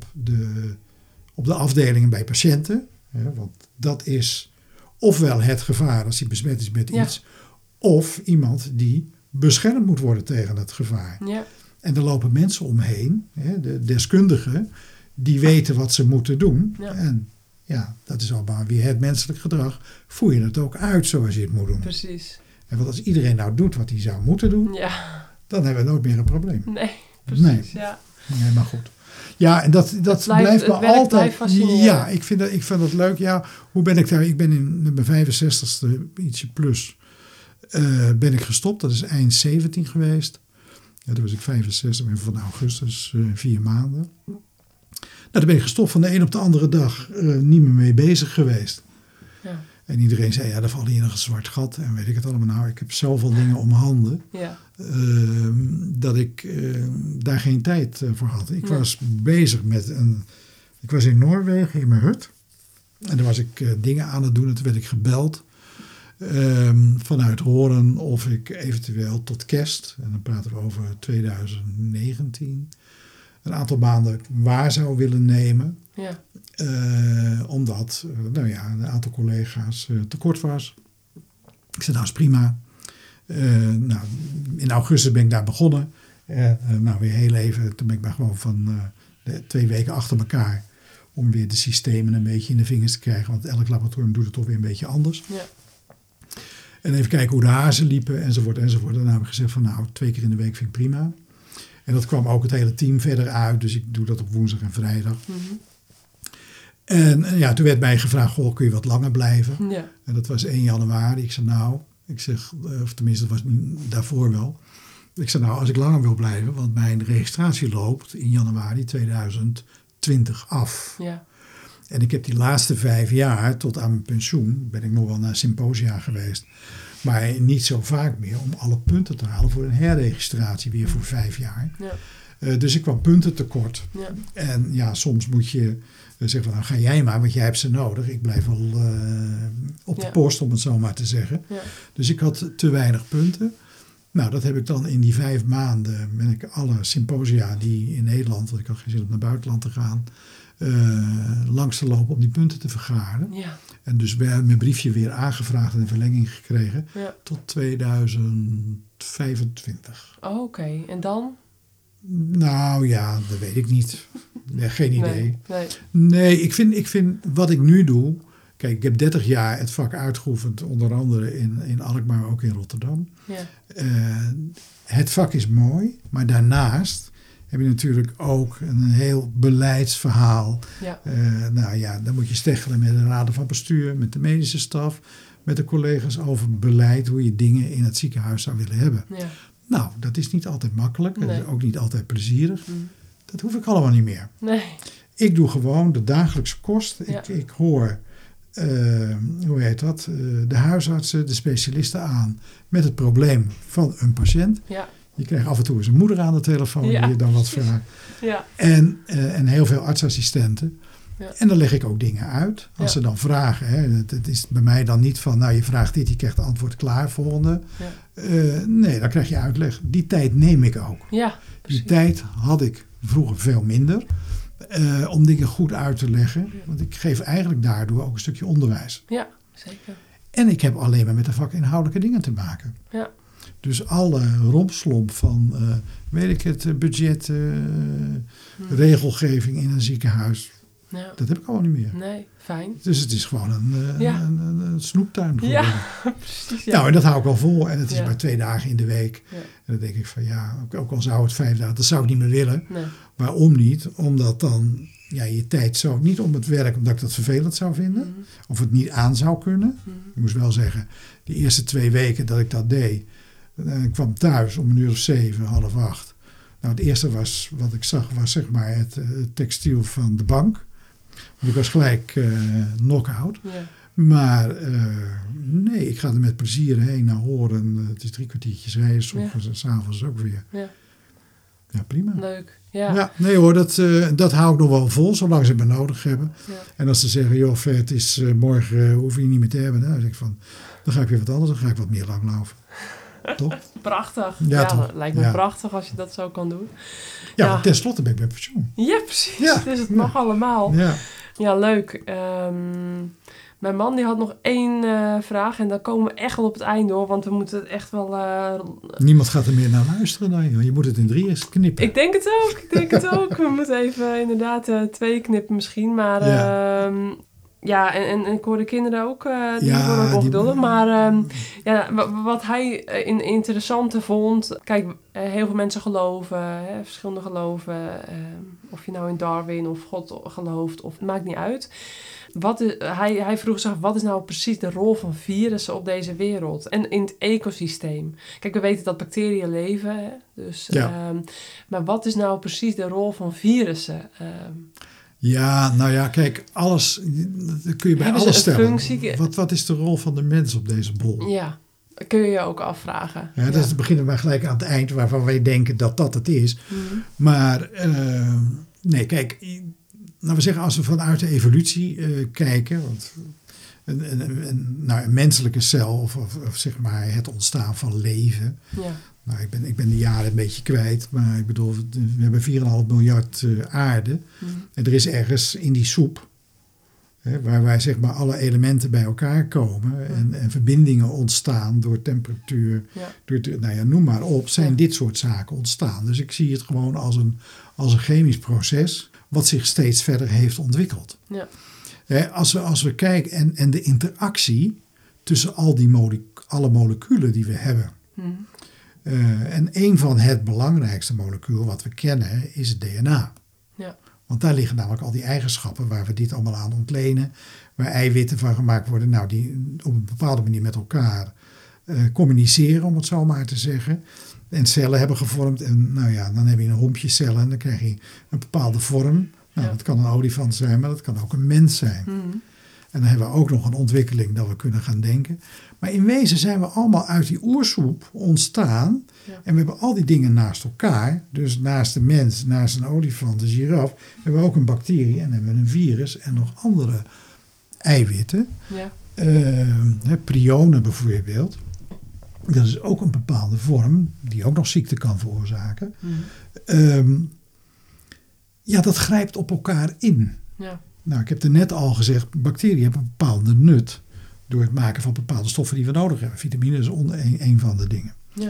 de afdelingen bij patiënten. Want dat is ofwel het gevaar als hij besmet is met iets, of iemand die beschermd moet worden tegen het gevaar. Ja. En er lopen mensen omheen, de deskundigen, die weten wat ze moeten doen. Ja. En dat is allemaal weer het menselijk gedrag. Voer je het ook uit zoals je het moet doen. Precies. En want als iedereen nou doet wat hij zou moeten doen, dan hebben we nooit meer een probleem. Nee, precies. Nee, maar goed. Ja, en dat blijft me altijd. Ja, ik vind dat leuk. Ja, hoe ben ik daar? Ik ben met mijn 65ste, ietsje plus, ben ik gestopt. Dat is eind 17 geweest. Ja, toen was ik 65, ben van augustus, 4 maanden. Nou, dan ben ik gestopt van de een op de andere dag, niet meer mee bezig geweest. Ja. En iedereen zei, ja, daar valt hier nog een zwart gat. En weet ik het allemaal. Nou, ik heb zoveel dingen om mijn handen. Ja. Dat ik daar geen tijd voor had. Ik was bezig met ik was in Noorwegen in mijn hut. En daar was ik dingen aan het doen. En toen werd ik gebeld. Vanuit Horen of ik eventueel tot kerst. En dan praten we over 2019. Een aantal maanden waar zou willen nemen. Ja. Omdat een aantal collega's tekort was. Ik zei, nou is prima. In augustus ben ik daar begonnen. Weer heel even. Toen ben ik maar gewoon van 2 weken achter elkaar. Om weer de systemen een beetje in de vingers te krijgen. Want elk laboratorium doet het toch weer een beetje anders. Ja. En even kijken hoe de hazen liepen enzovoort. En dan heb ik gezegd van 2 keer in de week vind ik prima. En dat kwam ook het hele team verder uit. Dus ik doe dat op woensdag en vrijdag. Mm-hmm. En toen werd mij gevraagd, goh, kun je wat langer blijven? Ja. En dat was 1 januari. Ik zei of tenminste dat was daarvoor wel. Ik zei als ik langer wil blijven, want mijn registratie loopt in januari 2020 af. Ja. En ik heb die laatste 5 jaar tot aan mijn pensioen, ben ik nog wel naar symposia geweest. Maar niet zo vaak meer om alle punten te halen voor een herregistratie weer voor 5 jaar. Ja. Dus ik kwam punten tekort. Ja. En soms moet je zeggen van, ga jij maar, want jij hebt ze nodig. Ik blijf wel op de post, om het zo maar te zeggen. Ja. Dus ik had te weinig punten. Nou, dat heb ik dan in die 5 maanden, ben ik alle symposia die in Nederland, want ik had geen zin om naar buitenland te gaan, langs te lopen om die punten te vergaren. Ja. En dus mijn briefje weer aangevraagd en een verlenging gekregen tot 2025. Oh, oké. En dan? Nou ja, dat weet ik niet. Nee, geen idee. Nee. Nee, ik vind wat ik nu doe. Kijk, ik heb 30 jaar het vak uitgeoefend, onder andere in Alkmaar, maar ook in Rotterdam. Ja. Het vak is mooi, maar daarnaast heb je natuurlijk ook een heel beleidsverhaal. Ja. Dan moet je steggelen met de raden van bestuur, met de medische staf, met de collega's over beleid, hoe je dingen in het ziekenhuis zou willen hebben. Ja. Nou, dat is niet altijd makkelijk. Nee. Dat is ook niet altijd plezierig. Mm. Dat hoef ik allemaal niet meer. Nee. Ik doe gewoon de dagelijkse kost. Ja. Ik hoor, de huisartsen, de specialisten aan met het probleem van een patiënt. Ja. Je krijgt af en toe eens een moeder aan de telefoon die je dan wat vraagt. Ja. En heel veel artsassistenten. Ja. En dan leg ik ook dingen uit. Als ze dan vragen. Het is bij mij dan niet van, je vraagt dit, je krijgt het antwoord klaar, volgende. Ja. Nee, dan krijg je uitleg. Die tijd neem ik ook. Ja, die tijd had ik vroeger veel minder. Om dingen goed uit te leggen. Ja. Want ik geef eigenlijk daardoor ook een stukje onderwijs. Ja, zeker. En ik heb alleen maar met de vakinhoudelijke dingen te maken. Ja. Dus alle rompslomp van, budget, regelgeving in een ziekenhuis. Ja. Dat heb ik allemaal niet meer. Nee, fijn. Dus het is gewoon een snoeptuin geworden. Ja, precies. Ja. Nou, en dat hou ik wel vol. En het is maar 2 dagen in de week. Ja. En dan denk ik van ook al zou het 5 dagen, dat zou ik niet meer willen. Nee. Waarom niet? Omdat dan je tijd zo, niet om het werk, omdat ik dat vervelend zou vinden. Mm-hmm. Of het niet aan zou kunnen. Mm-hmm. Ik moest wel zeggen, die eerste 2 weken dat ik dat deed. Ik kwam thuis om 7:30, 7:30. Nou, het eerste wat ik zag was zeg maar het textiel van de bank. Want ik was gelijk knock-out. Ja. Maar nee, ik ga er met plezier heen naar Horen. Het is 3 kwartiertjes rijden, 's ochtends en 's avonds ook weer. Ja. Ja, prima. Leuk. Ja. Nee hoor, dat hou ik nog wel vol, zolang ze me nodig hebben. Ja. En als ze zeggen, joh, het is morgen, hoef je niet meer te hebben. Dan zeg ik van, dan ga ik weer wat anders, dan ga ik wat meer langlopen. Toch? Prachtig. Ja, lijkt me prachtig als je dat zo kan doen. Ja, tenslotte ben ik bij pensioen. Ja, precies. Ja. Dus het mag allemaal. Ja, leuk. Mijn man die had nog 1 vraag en dan komen we echt wel op het einde hoor, want we moeten het echt wel... Niemand gaat er meer naar luisteren dan je. Je moet het in 3 knippen. Ik denk het ook. We moeten even inderdaad 2 knippen misschien, maar... Ja, en ik hoor de kinderen ook, die worden ook ongeduldig. Maar wat hij interessante vond... Kijk, heel veel mensen geloven, verschillende geloven. Of je nou in Darwin of God gelooft, of het maakt niet uit. Hij vroeg zich, wat is nou precies de rol van virussen op deze wereld? En in het ecosysteem. Kijk, we weten dat bacteriën leven. Hè? Dus, maar wat is nou precies de rol van virussen? Ja, nou ja, kijk, alles, dat kun je bij alles stellen. Functie? Wat is de rol van de mens op deze bol? Ja, kun je je ook afvragen. Ja, dat beginnen we gelijk aan het eind waarvan wij denken dat dat het is. Mm. Maar nee, kijk, laten we zeggen, als we vanuit de evolutie kijken, want een menselijke cel of zeg maar het ontstaan van leven. Ja. Nou, ik ben de jaren een beetje kwijt, maar ik bedoel, we hebben 4,5 miljard aarde. Mm. En er is ergens in die soep, waar wij zeg maar alle elementen bij elkaar komen en verbindingen ontstaan door temperatuur, door noem maar op, zijn dit soort zaken ontstaan. Dus ik zie het gewoon als een chemisch proces wat zich steeds verder heeft ontwikkeld. Ja. Als we kijken en de interactie tussen alle moleculen die we hebben. Mm. En een van het belangrijkste molecuul wat we kennen is het DNA. Ja. Want daar liggen namelijk al die eigenschappen waar we dit allemaal aan ontlenen. Waar eiwitten van gemaakt worden. Nou, die op een bepaalde manier met elkaar communiceren, om het zo maar te zeggen. En cellen hebben gevormd. En nou ja, dan heb je een hompje cellen en dan krijg je een bepaalde vorm. Nou, dat kan een olifant zijn, maar dat kan ook een mens zijn. Mm. En dan hebben we ook nog een ontwikkeling dat we kunnen gaan denken. Maar in wezen zijn we allemaal uit die oersoep ontstaan. Ja. En we hebben al die dingen naast elkaar. Dus naast de mens, naast een olifant, een giraf, hebben we ook een bacterie en hebben we een virus en nog andere eiwitten. Ja. Prionen bijvoorbeeld. Dat is ook een bepaalde vorm die ook nog ziekte kan veroorzaken. Mm. Dat grijpt op elkaar in. Ja. Nou, ik heb er net al gezegd, bacteriën hebben een bepaalde nut door het maken van bepaalde stoffen die we nodig hebben. Vitamine is een van de dingen. Ja.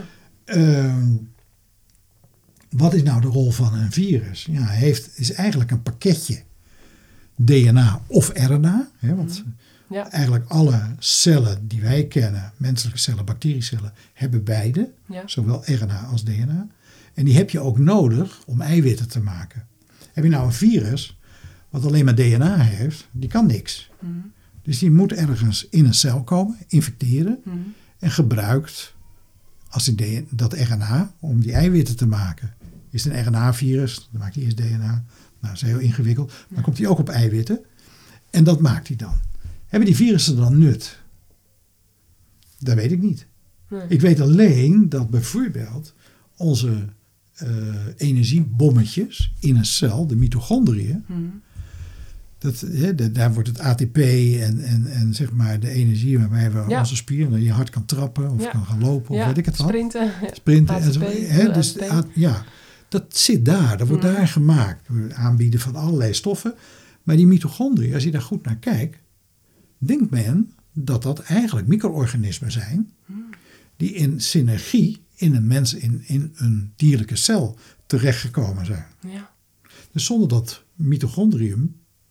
Wat is nou de rol van een virus? Ja, is eigenlijk een pakketje DNA of RNA. Want eigenlijk alle cellen die wij kennen, menselijke cellen, bacteriecellen, hebben beide. Ja. Zowel RNA als DNA. En die heb je ook nodig om eiwitten te maken. Heb je nou een virus wat alleen maar DNA heeft, die kan niks. Mm. Dus die moet ergens in een cel komen, infecteren en gebruikt als dat RNA om die eiwitten te maken. Is het een RNA-virus, dan maakt hij eerst DNA. Nou, dat is heel ingewikkeld. Dan komt hij ook op eiwitten en dat maakt hij dan. Hebben die virussen dan nut? Dat weet ik niet. Nee. Ik weet alleen dat bijvoorbeeld onze energiebommetjes in een cel, de mitochondriën, daar wordt het ATP en zeg maar de energie waarmee we onze spieren, je hart kan trappen of kan gaan lopen of weet ik het wat. Sprinten ATP, en zo. Dus dat zit daar. Dat wordt daar gemaakt door het aanbieden van allerlei stoffen. Maar die mitochondriën, als je daar goed naar kijkt, denkt men dat dat eigenlijk micro-organismen zijn die in synergie in een mens, in een dierlijke cel terechtgekomen zijn. Ja. Dus zonder dat mitochondrium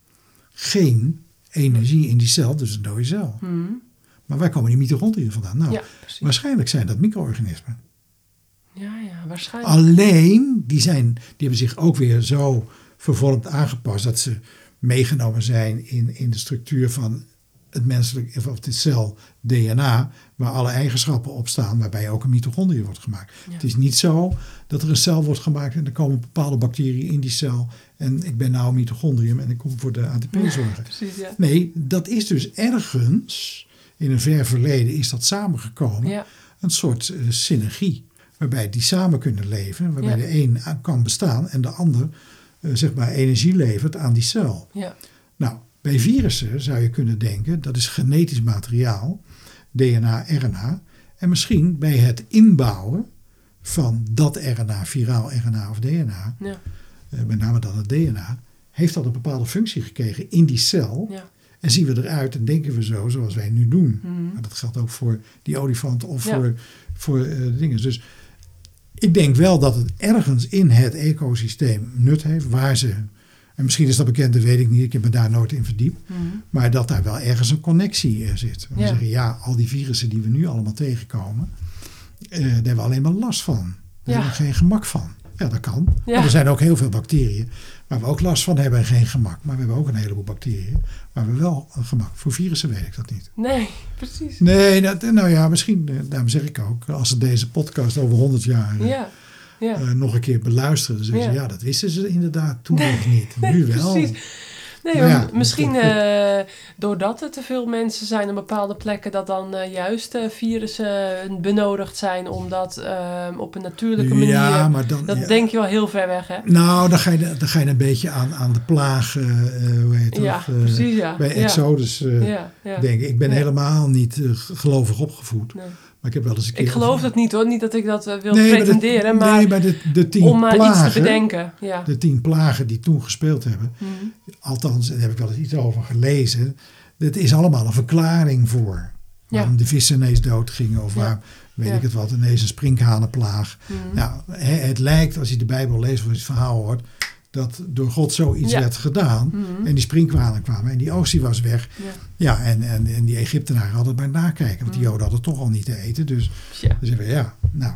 geen energie in die cel, dus een dode cel. Maar waar komen die mitochondriën vandaan? Nou, waarschijnlijk zijn dat micro-organismen. Ja, waarschijnlijk. Alleen, die hebben zich ook weer zo vervormd aangepast dat ze meegenomen zijn in de structuur van het menselijk, of de cel DNA, waar alle eigenschappen op staan, waarbij ook een mitochondrië wordt gemaakt. Ja. Het is niet zo dat er een cel wordt gemaakt en er komen bepaalde bacteriën in die cel en ik ben nou een mitochondrium en ik kom voor de ATP zorgen. Precies, ja. Nee, dat is dus ergens, in een ver verleden is dat samengekomen, een soort synergie, waarbij die samen kunnen leven, waarbij de een kan bestaan en de ander zeg maar energie levert aan die cel. Ja. Nou, bij virussen zou je kunnen denken, dat is genetisch materiaal, DNA, RNA. En misschien bij het inbouwen van dat RNA, viraal RNA of DNA, met name dan het DNA, heeft dat een bepaalde functie gekregen in die cel. Ja. En zien we eruit en denken we zo, zoals wij nu doen. Maar dat geldt ook voor die olifant of voor dingen. Dus ik denk wel dat het ergens in het ecosysteem nut heeft, waar ze... En misschien is dat bekend, dat weet ik niet. Ik heb me daar nooit in verdiept. Maar dat daar wel ergens een connectie zit. We zeggen, al die virussen die we nu allemaal tegenkomen, daar hebben we alleen maar last van. Daar hebben we geen gemak van. Ja, dat kan. Ja. Maar er zijn ook heel veel bacteriën waar we ook last van hebben en geen gemak. Maar we hebben ook een heleboel bacteriën waar we wel een gemak. Voor virussen weet ik dat niet. Nee, precies. Nee, misschien, daarom zeg ik ook, als ze deze podcast over 100 jaar nog een keer beluisteren. Dan zeggen ze, dat wisten ze inderdaad toen nog niet. Nu wel. Precies. Nee, misschien doordat er te veel mensen zijn op bepaalde plekken, dat dan juist virussen benodigd zijn, omdat op een natuurlijke manier. Ja, maar dan, denk je wel heel ver weg, hè? Nou, dan ga je een beetje aan de plaag, hoe heet het? Precies, bij Exodus denken. Ik ben helemaal niet gelovig opgevoed. Nee. Maar ik heb wel eens een keer... Ik geloof dat niet, hoor. Niet dat ik dat wil pretenderen, maar de 10 om maar plagen, iets te bedenken. Ja. De 10 plagen die toen gespeeld hebben. Althans, daar heb ik wel eens iets over gelezen. Dit is allemaal een verklaring voor. Waarom de vissen ineens doodgingen. Of waar, weet ik het wat, ineens een sprinkhanenplaag. Nou, het lijkt, als je de Bijbel leest of het verhaal hoort, dat door God zoiets werd gedaan. En die sprinkhanen kwamen en die oogst die was weg. Ja, en die Egyptenaren hadden het bij nakijken. Want die Joden hadden toch al niet te eten. Dus dan zeggen we, nou.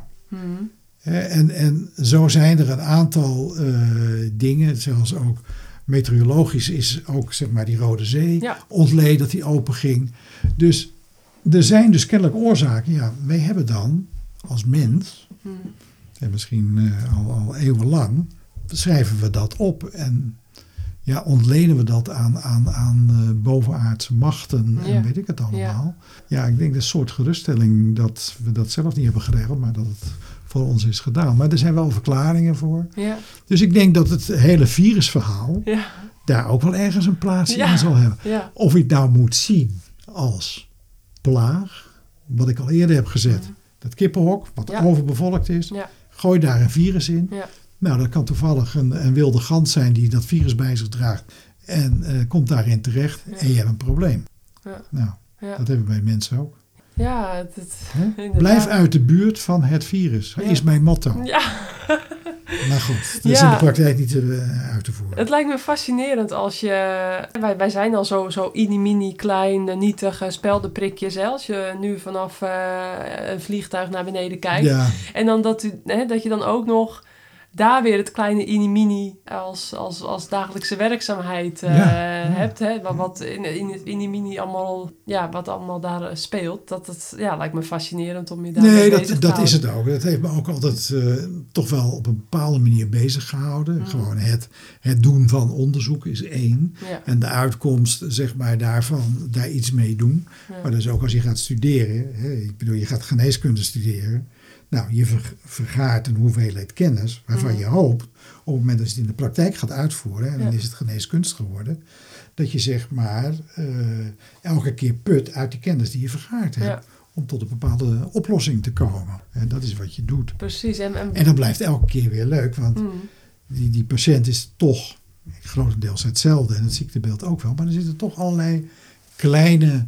En zo zijn er een aantal dingen. Zelfs ook meteorologisch is ook, zeg maar, die Rode Zee ontleed dat die open ging. Dus er zijn dus kennelijk oorzaken. Ja, wij hebben dan als mens, en misschien al eeuwenlang, schrijven we dat op en ontlenen we dat aan bovenaardse machten en weet ik het allemaal. Ja, ik denk dat een soort geruststelling dat we dat zelf niet hebben geregeld, maar dat het voor ons is gedaan. Maar er zijn wel verklaringen voor. Ja. Dus ik denk dat het hele virusverhaal daar ook wel ergens een plaats in zal hebben. Ja. Of je het nou moet zien als plaag, wat ik al eerder heb gezet. Dat kippenhok, wat overbevolkt is. Ja. Gooi daar een virus in. Ja. Nou, dat kan toevallig een wilde gans zijn die dat virus bij zich draagt. En komt daarin terecht en je hebt een probleem. Ja. Nou, dat hebben we bij mensen ook. Ja, blijf uit de buurt van het virus, is mijn motto. Ja. Maar goed, dat is in de praktijk niet uit te voeren. Het lijkt me fascinerend als je... Wij zijn al zo mini klein, nietige speldenprikjes. Hè? Als je nu vanaf een vliegtuig naar beneden kijkt. Ja. En dan dat je dan ook nog daar weer het kleine inimini als dagelijkse werkzaamheid hebt. Hè? Wat in het inimini allemaal, wat allemaal daar speelt. Dat lijkt me fascinerend om je daar mee bezig te houden. Dat is het ook. Dat heeft me ook altijd toch wel op een bepaalde manier bezig gehouden. Gewoon het doen van onderzoek is één. Ja. En de uitkomst, zeg maar, daarvan, daar iets mee doen. Ja. Maar dus ook als je gaat studeren. Ik bedoel, je gaat geneeskunde studeren. Nou, je vergaart een hoeveelheid kennis waarvan je hoopt, op het moment dat je het in de praktijk gaat uitvoeren, en dan is het geneeskunst geworden, dat je, zeg maar, elke keer put uit de kennis die je vergaard hebt, om tot een bepaalde oplossing te komen. En dat is wat je doet. Precies. En dat blijft elke keer weer leuk, want die patiënt is toch grotendeels hetzelfde en het ziektebeeld ook wel, maar er zitten toch allerlei kleine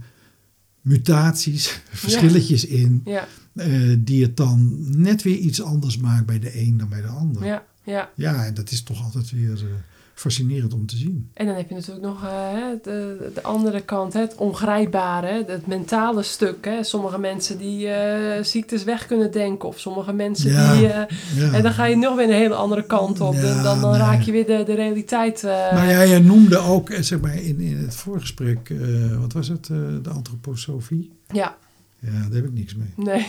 mutaties, verschilletjes in, die het dan net weer iets anders maakt bij de een dan bij de ander. Ja, en dat is toch altijd weer fascinerend om te zien. En dan heb je natuurlijk nog de andere kant, het ongrijpbare, het mentale stuk. Hè. Sommige mensen die ziektes weg kunnen denken, of sommige mensen die... En dan ga je nog weer een hele andere kant op. Dan raak je weer de realiteit... Maar jij noemde ook, zeg maar, in het voorgesprek, wat was het? De antroposofie? Ja. Ja, daar heb ik niks mee.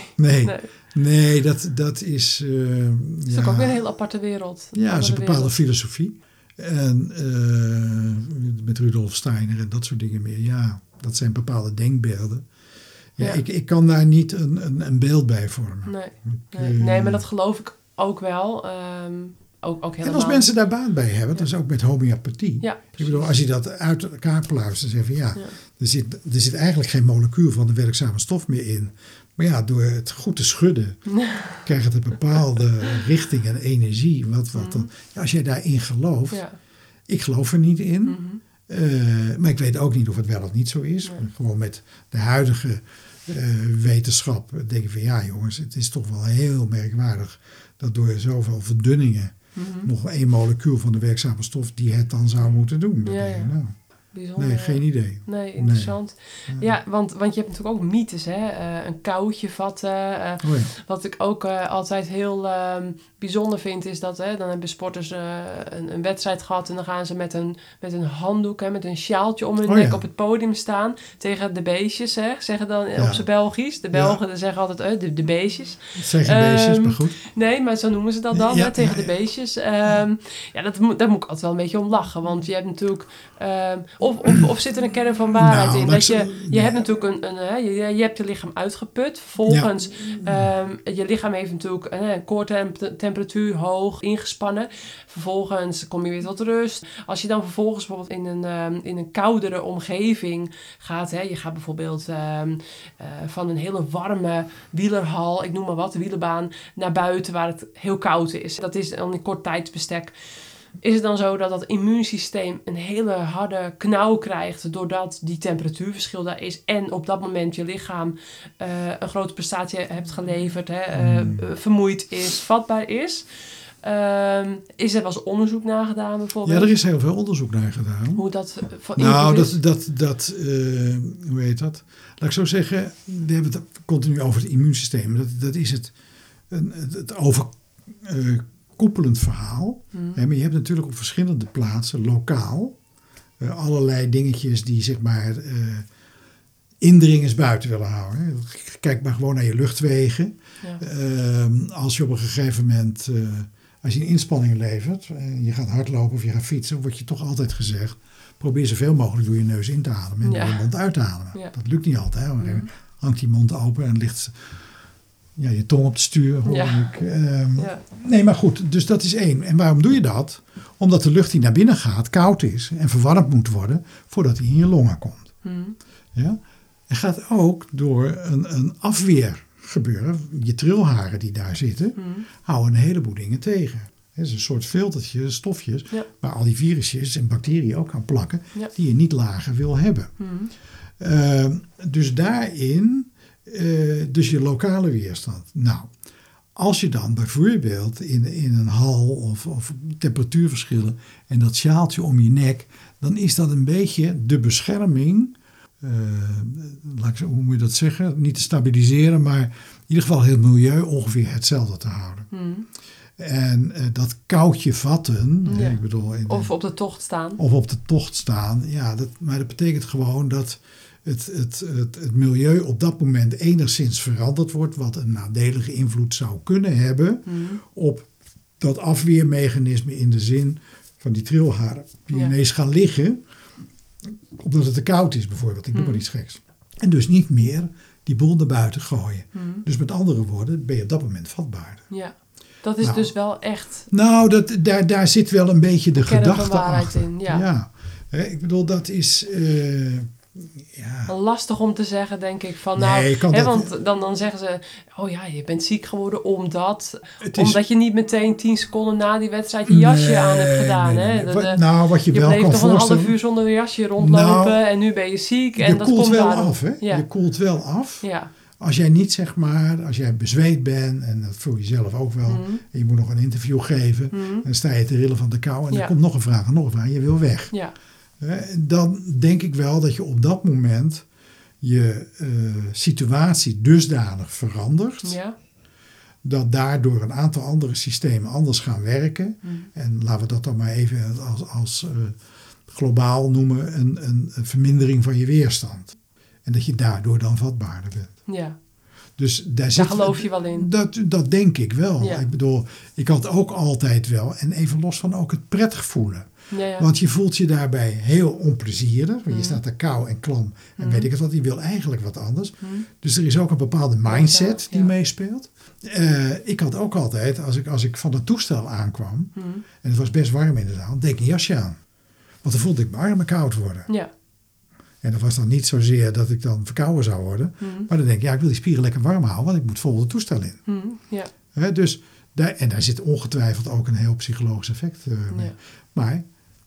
Nee, dat is... dat is ook weer een heel aparte wereld. Ja, dat is een bepaalde filosofie. En met Rudolf Steiner en dat soort dingen meer. Ja, dat zijn bepaalde denkbeelden. Ja, ik kan daar niet een beeld bij vormen. Nee, maar dat geloof ik ook wel. Ook helemaal. En als mensen daar baat bij hebben, dat is ook met homeopathie. Ja, ik bedoel, als je dat uit elkaar pluist, dan zeg je van er zit eigenlijk geen molecuul van de werkzame stof meer in. Maar ja, door het goed te schudden, krijgt het een bepaalde richting en energie. Wat dan, als jij daarin gelooft, ik geloof er niet in. Maar ik weet ook niet of het wel of niet zo is. Maar gewoon met de huidige wetenschap denk ik van jongens, het is toch wel heel merkwaardig dat door zoveel verdunningen nog één molecuul van de werkzame stof die het dan zou moeten doen. bijzonder. Nee, geen idee. Nee, interessant. Nee. Ja, want je hebt natuurlijk ook mythes, hè. Een koudje vatten. Wat ik ook altijd heel bijzonder vind, is dat dan hebben sporters een wedstrijd gehad en dan gaan ze met een handdoek, met een sjaaltje om hun nek op het podium staan tegen de beestjes, hè. Zeggen dan op z'n Belgisch. De Belgen dan zeggen altijd de beestjes. Het zijn geen beestjes, maar goed. Nee, maar zo noemen ze dat dan, tegen de beestjes. Daar moet ik altijd wel een beetje om lachen, want je hebt natuurlijk... Of zit er een kern van waarheid in? Dat je hebt natuurlijk je hebt je lichaam uitgeput. Vervolgens, je lichaam heeft natuurlijk een koortemperatuur hoog ingespannen. Vervolgens kom je weer tot rust. Als je dan vervolgens bijvoorbeeld in een koudere omgeving gaat. Je gaat bijvoorbeeld van een hele warme wielerhal, ik noem maar wat, de wielerbaan, naar buiten waar het heel koud is. Dat is dan een kort tijdsbestek. Is het dan zo dat dat immuunsysteem een hele harde knauw krijgt doordat die temperatuurverschil daar is en op dat moment je lichaam een grote prestatie hebt geleverd, vermoeid is, vatbaar is? Is er wel eens onderzoek naar gedaan bijvoorbeeld? Ja, er is heel veel onderzoek naar gedaan. Hoe dat hoe heet dat? Laat ik zo zeggen, we hebben het continu over het immuunsysteem. Dat is het overkoepelend verhaal. Maar je hebt natuurlijk op verschillende plaatsen, lokaal, allerlei dingetjes die zeg maar indringers buiten willen houden. Kijk maar gewoon naar je luchtwegen. Ja. Als je op een gegeven moment... Als je een inspanning levert, je gaat hardlopen of je gaat fietsen, wordt je toch altijd gezegd, probeer zoveel mogelijk door je neus in te ademen en door je mond uit te ademen. Ja. Dat lukt niet altijd. Hangt die mond open en ligt je tong op het stuur. Nee, maar goed, dus dat is één. En waarom doe je dat? Omdat de lucht die naar binnen gaat koud is en verwarmd moet worden voordat die in je longen komt. Ja? Het gaat ook door een afweer gebeuren. Je trilharen die daar zitten, houden een heleboel dingen tegen. Het is een soort filtertje, stofjes, waar al die virusjes en bacteriën ook aan plakken, die je niet lager wil hebben. Dus daarin, dus je lokale weerstand. Nou, als je dan bijvoorbeeld in een hal of temperatuurverschillen en dat sjaaltje om je nek, dan is dat een beetje de bescherming. Hoe moet je dat zeggen? Niet te stabiliseren, maar in ieder geval het milieu ongeveer hetzelfde te houden. En dat koudje vatten, ik bedoel, of op de tocht staan. Maar dat betekent gewoon dat het milieu op dat moment enigszins veranderd wordt, wat een nadelige invloed zou kunnen hebben op dat afweermechanisme in de zin van die trilharen die ineens gaan liggen, omdat het te koud is bijvoorbeeld. Ik noem maar iets geks. En dus niet meer die boel naar buiten gooien. Dus met andere woorden ben je op dat moment vatbaarder. Ja, dat is dus wel echt... Nou, daar zit wel een beetje de gedachte achter. In, ja. Ik bedoel, dat is... lastig om te zeggen, denk ik. Van, want dan zeggen ze... Oh ja, je bent ziek geworden omdat je niet meteen 10 seconden na die wedstrijd je jasje aan hebt gedaan. Wat je wel kan voorstellen... Je bleef toch een half uur zonder jasje rondlopen en nu ben je ziek. En dat komt wel af, hè? Ja. Je koelt wel af. Ja. Als jij niet, zeg maar, als jij bezweet bent, en dat voel je zelf ook wel, en je moet nog een interview geven, dan sta je te rillen van de kou en er komt nog een vraag en nog een vraag en je wil weg. Ja. Dan denk ik wel dat je op dat moment je situatie dusdanig verandert, dat daardoor een aantal andere systemen anders gaan werken. En laten we dat dan maar even als globaal noemen, een vermindering van je weerstand. En dat je daardoor dan vatbaarder bent. Ja. Dus daar geloof je wel in. Dat denk ik wel. Ja. Ik bedoel, ik had ook altijd wel, en even los van ook het prettig voelen. Ja. Want je voelt je daarbij heel onplezierig. Want je staat er kou en klam. En weet ik het wat, die wil eigenlijk wat anders. Dus er is ook een bepaalde mindset die meespeelt. Ik had ook altijd, als ik van het toestel aankwam, en het was best warm in de zaal, deed ik een jasje aan. Want dan voelde ik mijn armen koud worden. Ja. En dat was dan niet zozeer dat ik dan verkouden zou worden. Maar dan denk ik, ik wil die spieren lekker warm houden, want ik moet vol het toestel in. Dus daar zit ongetwijfeld ook een heel psychologisch effect mee. Ja. Maar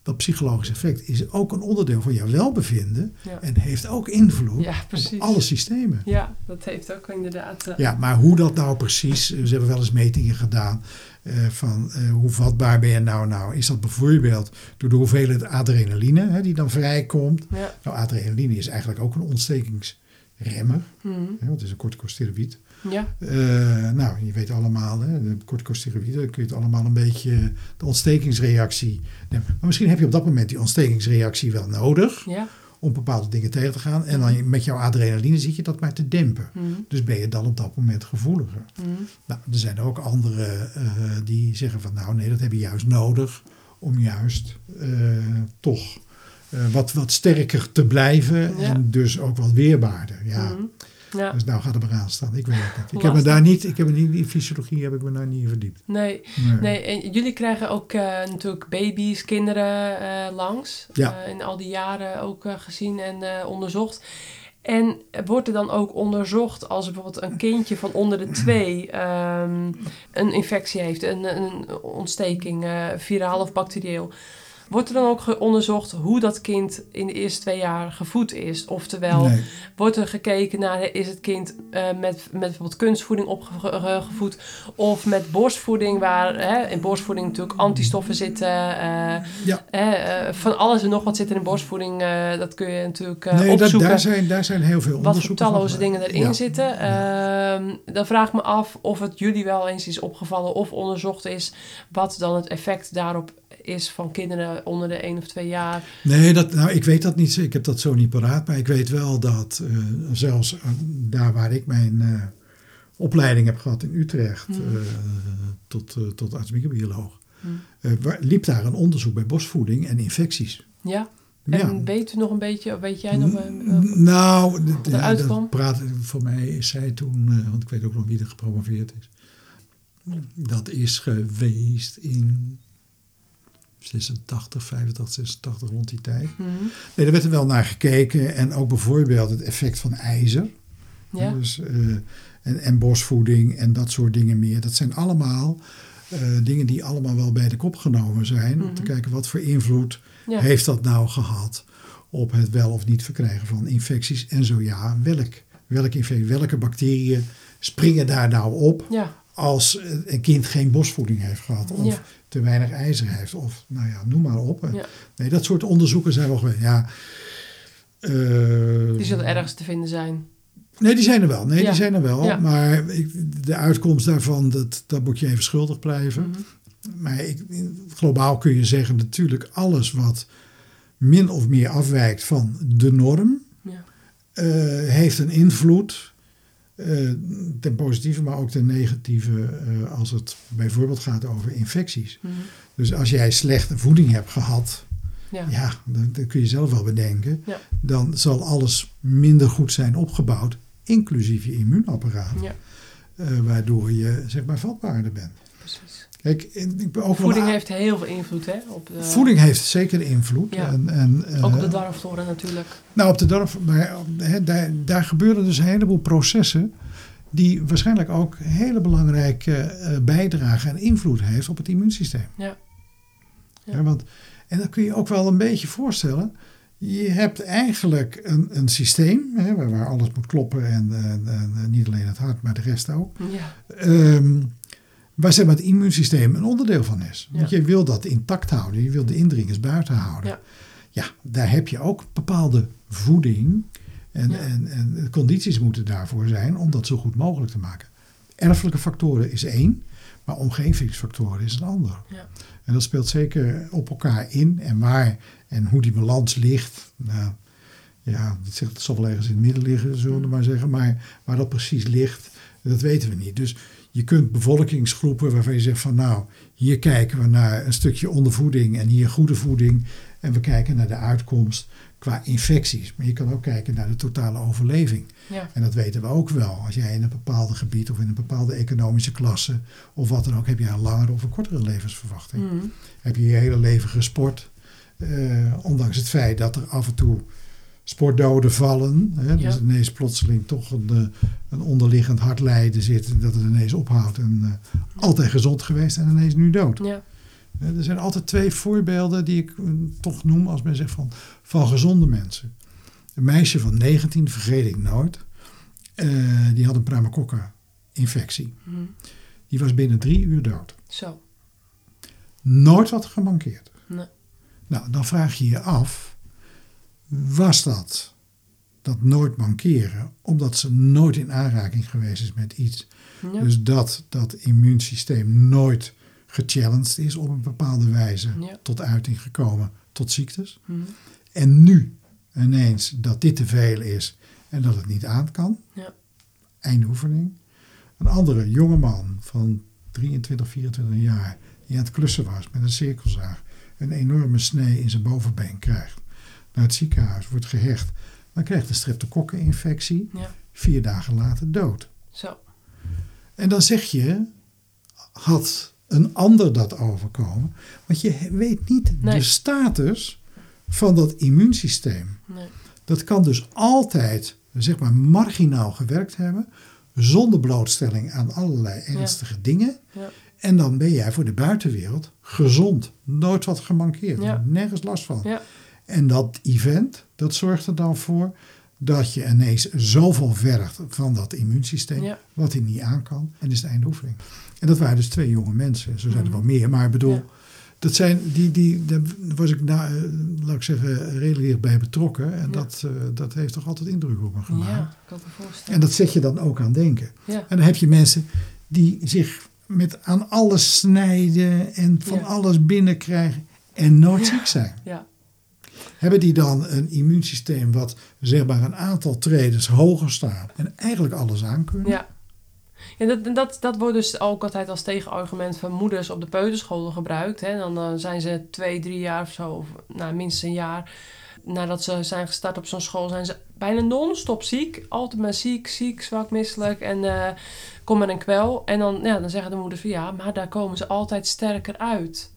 dat psychologisch effect is ook een onderdeel van jouw welbevinden. Ja. En heeft ook invloed op alle systemen. Ja, dat heeft ook inderdaad. Ja, maar hoe dat nou precies, ze hebben wel eens metingen gedaan van hoe vatbaar ben je nou? Is dat bijvoorbeeld door de hoeveelheid adrenaline die dan vrijkomt? Ja. Nou, adrenaline is eigenlijk ook een ontstekingsremmer, want het is een corticosteroïd. Ja. Nou, je weet allemaal, de corticosteroïden, kun je het allemaal een beetje de ontstekingsreactie nemen. Maar misschien heb je op dat moment die ontstekingsreactie wel nodig om bepaalde dingen tegen te gaan. En dan met jouw adrenaline zit je dat maar te dempen. Dus ben je dan op dat moment gevoeliger. Nou, er zijn ook anderen die zeggen van nou nee, dat heb je juist nodig om juist toch wat sterker te blijven en dus ook wat weerbaarder. Ja. Ja. Dus nou gaat het maar aan staan. Ik weet het niet. Ik heb me niet in fysiologie heb ik me nou niet in verdiept. Nee. En jullie krijgen ook natuurlijk baby's, kinderen langs. Ja. In al die jaren ook gezien en onderzocht. En wordt er dan ook onderzocht als bijvoorbeeld een kindje van onder de 2 een infectie heeft, een ontsteking, viraal of bacterieel? Wordt er dan ook onderzocht hoe dat kind in de eerste 2 jaar gevoed is? Oftewel, wordt er gekeken naar, is het kind met bijvoorbeeld kunstvoeding opgevoed of met borstvoeding, waar in borstvoeding natuurlijk antistoffen zitten. Van alles en nog wat zit er in borstvoeding, dat kun je natuurlijk opzoeken. Daar zijn heel veel onderzoeken. Wat voor talloze dingen erin zitten. Dan vraag ik me af of het jullie wel eens is opgevallen of onderzocht is wat dan het effect daarop is van kinderen onder de 1 of 2 jaar. Nee, ik weet dat niet. Ik heb dat zo niet paraat. Maar ik weet wel dat zelfs daar waar ik mijn opleiding heb gehad in Utrecht tot arts-microbioloog, liep daar een onderzoek bij borstvoeding en infecties. Ja. En weet u nog een beetje, of weet jij nog wat er uitkwam? Voor mij is zij toen, want ik weet ook nog wie er gepromoveerd is. Dat is geweest in 85, 86, rond die tijd. Nee, daar werd er wel naar gekeken. En ook bijvoorbeeld het effect van ijzer. Ja. Dus, en borstvoeding en dat soort dingen meer. Dat zijn allemaal dingen die allemaal wel bij de kop genomen zijn. Om te kijken wat voor invloed heeft dat nou gehad op het wel of niet verkrijgen van infecties. En zo ja, welke bacteriën springen daar nou op als een kind geen borstvoeding heeft gehad. Of te weinig ijzer heeft. Of nou ja, noem maar op. Ja. Nee, dat soort onderzoeken zijn wel geweest. Ja, die zullen ergens te vinden zijn. Nee, die zijn er wel. Die zijn er wel. Ja. Maar de uitkomst daarvan, dat moet je even schuldig blijven. Maar globaal kun je zeggen, natuurlijk alles wat min of meer afwijkt van de norm, heeft een invloed. Ten positieve, maar ook ten negatieve als het bijvoorbeeld gaat over infecties. Dus als jij slechte voeding hebt gehad, dan kun je zelf wel bedenken, dan zal alles minder goed zijn opgebouwd, inclusief je immuunapparaat, waardoor je zeg maar vatbaarder bent. Precies. Kijk, voeding heeft heel veel invloed, hè? Voeding heeft zeker invloed. Ja. Ook op de darmflora natuurlijk. Nou, op de darmflora, maar daar gebeuren dus een heleboel processen die waarschijnlijk ook een hele belangrijke bijdrage en invloed heeft op het immuunsysteem. Ja, en dat kun je ook wel een beetje voorstellen. Je hebt eigenlijk een systeem waar alles moet kloppen en niet alleen het hart, maar de rest ook. Ja. Waar zeg maar het immuunsysteem een onderdeel van is. Want je wil dat intact houden. Je wil de indringers buiten houden. Ja, daar heb je ook bepaalde voeding. En condities moeten daarvoor zijn om dat zo goed mogelijk te maken. Erfelijke factoren is 1. Maar omgevingsfactoren is een ander. Ja. En dat speelt zeker op elkaar in. En waar en hoe die balans ligt. Nou, het zal wel ergens in het midden liggen, zullen we maar zeggen. Maar waar dat precies ligt, dat weten we niet. Dus je kunt bevolkingsgroepen waarvan je zegt van nou, hier kijken we naar een stukje ondervoeding en hier goede voeding. En we kijken naar de uitkomst qua infecties. Maar je kan ook kijken naar de totale overleving. Ja. En dat weten we ook wel. Als jij in een bepaald gebied of in een bepaalde economische klasse of wat dan ook, heb je een langere of een kortere levensverwachting. Heb je je hele leven gesport. Ondanks het feit dat er af en toe sportdoden vallen. Dus ineens plotseling toch een onderliggend hartlijden zit. Dat het ineens ophoudt. En altijd gezond geweest en ineens nu dood. Ja. Er zijn altijd 2 voorbeelden die ik toch noem als men zegt van gezonde mensen. Een meisje van 19, vergeet ik nooit. Die had een pneumokokkeninfectie. Die was binnen 3 uur dood. Zo. Nooit wat gemankeerd. Nee. Nou, dan vraag je je af, was dat nooit mankeren, omdat ze nooit in aanraking geweest is met iets. Ja. Dus dat immuunsysteem nooit gechallenged is op een bepaalde wijze tot uiting gekomen, tot ziektes. En nu ineens dat dit te veel is en dat het niet aan kan. Ja. Einde oefening. Een andere jongeman van 23, 24 jaar die aan het klussen was met een cirkelzaag, een enorme snee in zijn bovenbeen krijgt, naar het ziekenhuis, wordt gehecht, dan krijgt een streptokokkeninfectie, 4 dagen later dood. Zo. En dan zeg je, had een ander dat overkomen? Want je weet niet de status van dat immuunsysteem. Nee. Dat kan dus altijd, zeg maar, marginaal gewerkt hebben, zonder blootstelling aan allerlei ernstige dingen. Ja. En dan ben jij voor de buitenwereld gezond. Nooit wat gemankeerd. Ja. Nergens last van. Ja. En dat event, dat zorgt er dan voor dat je ineens zoveel vergt van dat immuunsysteem, wat hij niet aan kan. En is het einde oefening. En dat waren dus 2 jonge mensen. Zo zijn er wel meer. Maar ik bedoel, dat zijn daar was ik laat ik zeggen, redelijk bij betrokken. En dat heeft toch altijd indruk op me gemaakt. Ja, ik kan me voorstellen. En dat zet je dan ook aan denken. Ja. En dan heb je mensen die zich met aan alles snijden en van alles binnenkrijgen en nooit ziek zijn. Ja. Hebben die dan een immuunsysteem wat zeg maar een aantal tredes hoger staat en eigenlijk alles aan kunnen? Ja. En dat wordt dus ook altijd als tegenargument van moeders op de peuterscholen gebruikt. Hè. Dan zijn ze 2-3 jaar of zo, of minstens een jaar nadat ze zijn gestart op zo'n school, zijn ze bijna non-stop ziek. Altijd maar ziek, zwak, misselijk en kom maar een kwel. En dan zeggen de moeders van maar daar komen ze altijd sterker uit.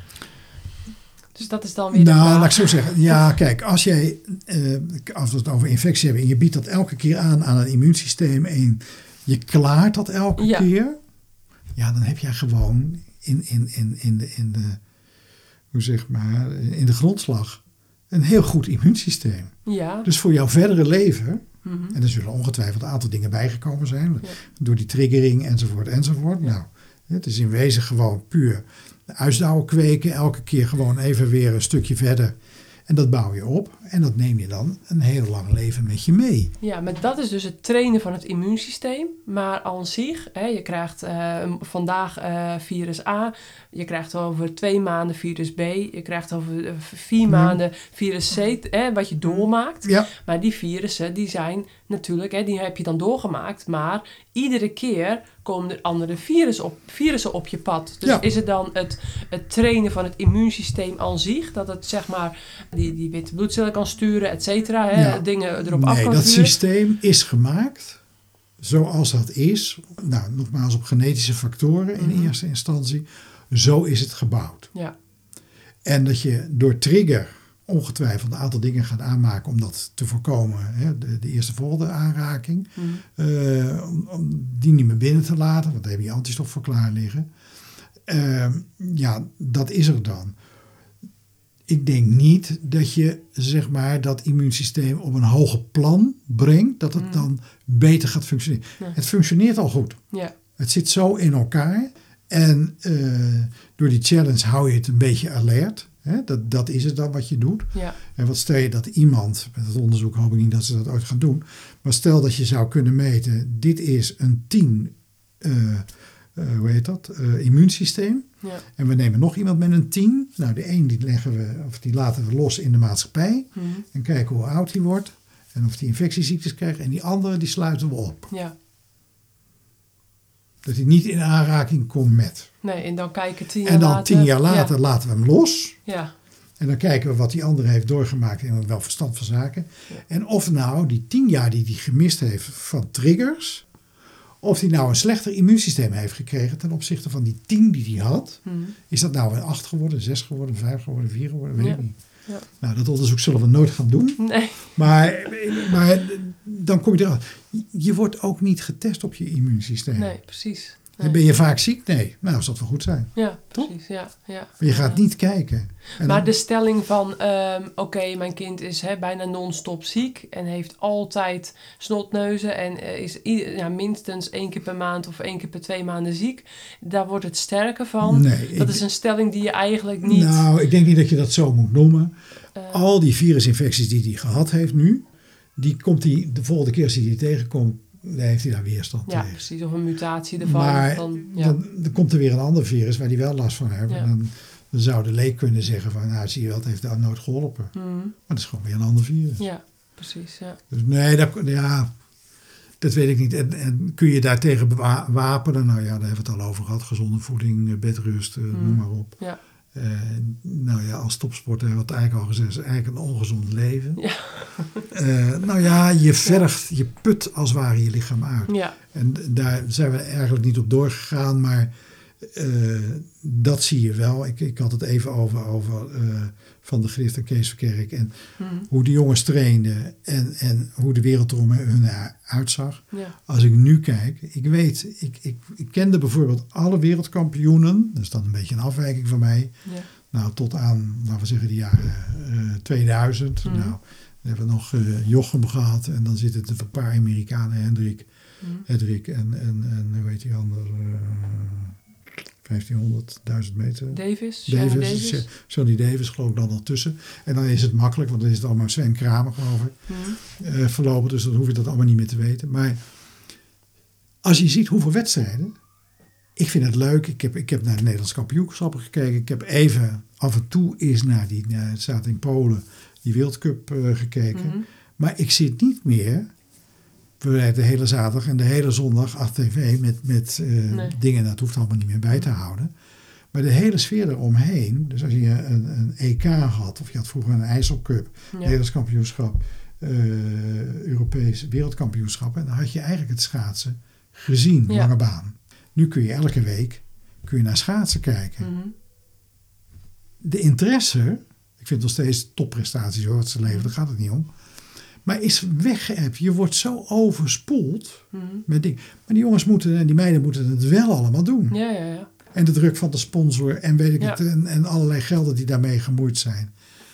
Dus dat is dan weer de vraag. Laat ik zo zeggen. Ja, kijk, als we het over infectie hebben en je biedt dat elke keer aan het immuunsysteem en je klaart dat elke keer, dan heb jij gewoon in de grondslag een heel goed immuunsysteem. Ja. Dus voor jouw verdere leven, en er zullen ongetwijfeld een aantal dingen bijgekomen zijn, door die triggering enzovoort. Ja. Nou, het is in wezen gewoon puur uitdauwen kweken, elke keer gewoon even weer een stukje verder. En dat bouw je op en dat neem je dan een heel lang leven met je mee. Ja, maar dat is dus het trainen van het immuunsysteem. Maar aan zich, je krijgt vandaag virus A, je krijgt over 2 maanden virus B, je krijgt over 4 maanden virus C, wat je doormaakt. Ja. Maar die virussen, die zijn natuurlijk, die heb je dan doorgemaakt. Maar iedere keer komen er andere virussen op je pad. Dus is het dan het trainen van het immuunsysteem aan zich, dat het zeg maar die witte bloedcellen kan sturen, et cetera, dingen erop af kan sturen? Nee, dat systeem is gemaakt zoals dat is. Nou, nogmaals op genetische factoren in eerste instantie. Zo is het gebouwd. Ja. En dat je door trigger ongetwijfeld een aantal dingen gaat aanmaken om dat te voorkomen. De eerstvolgende aanraking. Om die niet meer binnen te laten, want daar heb je antistof voor klaar liggen. Dat is er dan. Ik denk niet dat je zeg maar dat immuunsysteem op een hoger plan brengt, dat het dan beter gaat functioneren. Nee. Het functioneert al goed. Ja. Het zit zo in elkaar en door die challenge hou je het een beetje alert. Dat is het dan wat je doet. Ja. En wat stel je dat iemand, met het onderzoek hoop ik niet dat ze dat ooit gaan doen, maar stel dat je zou kunnen meten, dit is een 10 immuunsysteem. Ja. En we nemen nog iemand met een 10. Nou, de een die laten we los in de maatschappij. En kijken hoe oud hij wordt. En of hij infectieziektes krijgt. En die andere, die sluiten we op. Ja. Dat hij niet in aanraking komt met. Nee, en dan kijken 10 jaar later. En dan 10 jaar later laten we hem los. Ja. En dan kijken we wat die andere heeft doorgemaakt en wel verstand van zaken. Ja. En of nou die 10 jaar die hij gemist heeft van triggers, of hij nou een slechter immuunsysteem heeft gekregen ten opzichte van die 10 die hij had. Is dat nou een 8 geworden, 6 geworden, 5 geworden, 4 geworden, weet ik niet. Ja. Nou, dat onderzoek zullen we nooit gaan doen. Nee. Maar dan kom je eruit. Je wordt ook niet getest op je immuunsysteem. Nee, precies. En ben je vaak ziek? Nee. Nou, zal het wel goed zijn. Ja, precies. Ja. Maar je gaat niet kijken. Maar de stelling van, oké, mijn kind is bijna non-stop ziek en heeft altijd snotneuzen en is minstens 1 keer per maand of 1 keer per 2 maanden ziek. Daar wordt het sterker van. Nee, dat is een stelling die je eigenlijk niet... Nou, ik denk niet dat je dat zo moet noemen. Al die virusinfecties die hij gehad heeft nu, die komt hij de volgende keer als hij die tegenkomt, dan heeft hij daar weerstand tegen. Ja, precies. Of een mutatie ervan. Maar dan komt er weer een ander virus waar hij wel last van heeft. Ja. En dan zou de leek kunnen zeggen van, nou zie je wel, het heeft daar nooit geholpen. Maar dat is gewoon weer een ander virus. Ja, precies. Ja. Dus nee, dat weet ik niet. En kun je daartegen wapenen? Nou ja, daar hebben we het al over gehad. Gezonde voeding, bedrust, noem maar op. Ja. Als topsporter hebben we het eigenlijk al gezegd, is eigenlijk een ongezond leven. Ja. Je vergt, je put als het ware je lichaam uit. Ja. En daar zijn we eigenlijk niet op doorgegaan, maar dat zie je wel. Ik had het even over Van der Grift en Kees Verkerk en hoe de jongens trainden en hoe de wereld er om hun uitzag. Ja. Als ik nu kijk, ik kende bijvoorbeeld alle wereldkampioenen, dat is dan een beetje een afwijking van mij, tot aan, laten we zeggen, de jaren 2000. Nou, dan hebben we nog Jochem gehad en dan zitten er een paar Amerikanen, Hendrik en hoe heet die ander... 1500, 1000 meter. Davis. Johnny Davis geloof ik dan nog tussen. En dan is het makkelijk, want dan is het allemaal Sven Kramer geloof ik. Voorlopig, dus dan hoef je dat allemaal niet meer te weten. Maar als je ziet hoeveel wedstrijden, ik vind het leuk. Ik heb naar de Nederlandse kampioenschappen gekeken. Ik heb even af en toe eens naar het staat in Polen, die Wereldcup gekeken. Maar ik zit niet meer... We de hele zaterdag en de hele zondag achter tv met dingen, dat hoeft allemaal niet meer bij te houden. Maar de hele sfeer eromheen, dus als je een EK had, of je had vroeger een IJsselcup, Nederlands kampioenschap, Europees wereldkampioenschap, en dan had je eigenlijk het schaatsen gezien, lange baan. Nu kun je elke week naar schaatsen kijken. De interesse, ik vind nog steeds topprestaties hoor, wat ze leveren, daar gaat het niet om. Maar is weggeëpt. Je wordt zo overspoeld met dingen. Maar die jongens en die meiden moeten het wel allemaal doen. Ja. En de druk van de sponsor en weet ik het. En allerlei gelden die daarmee gemoeid zijn.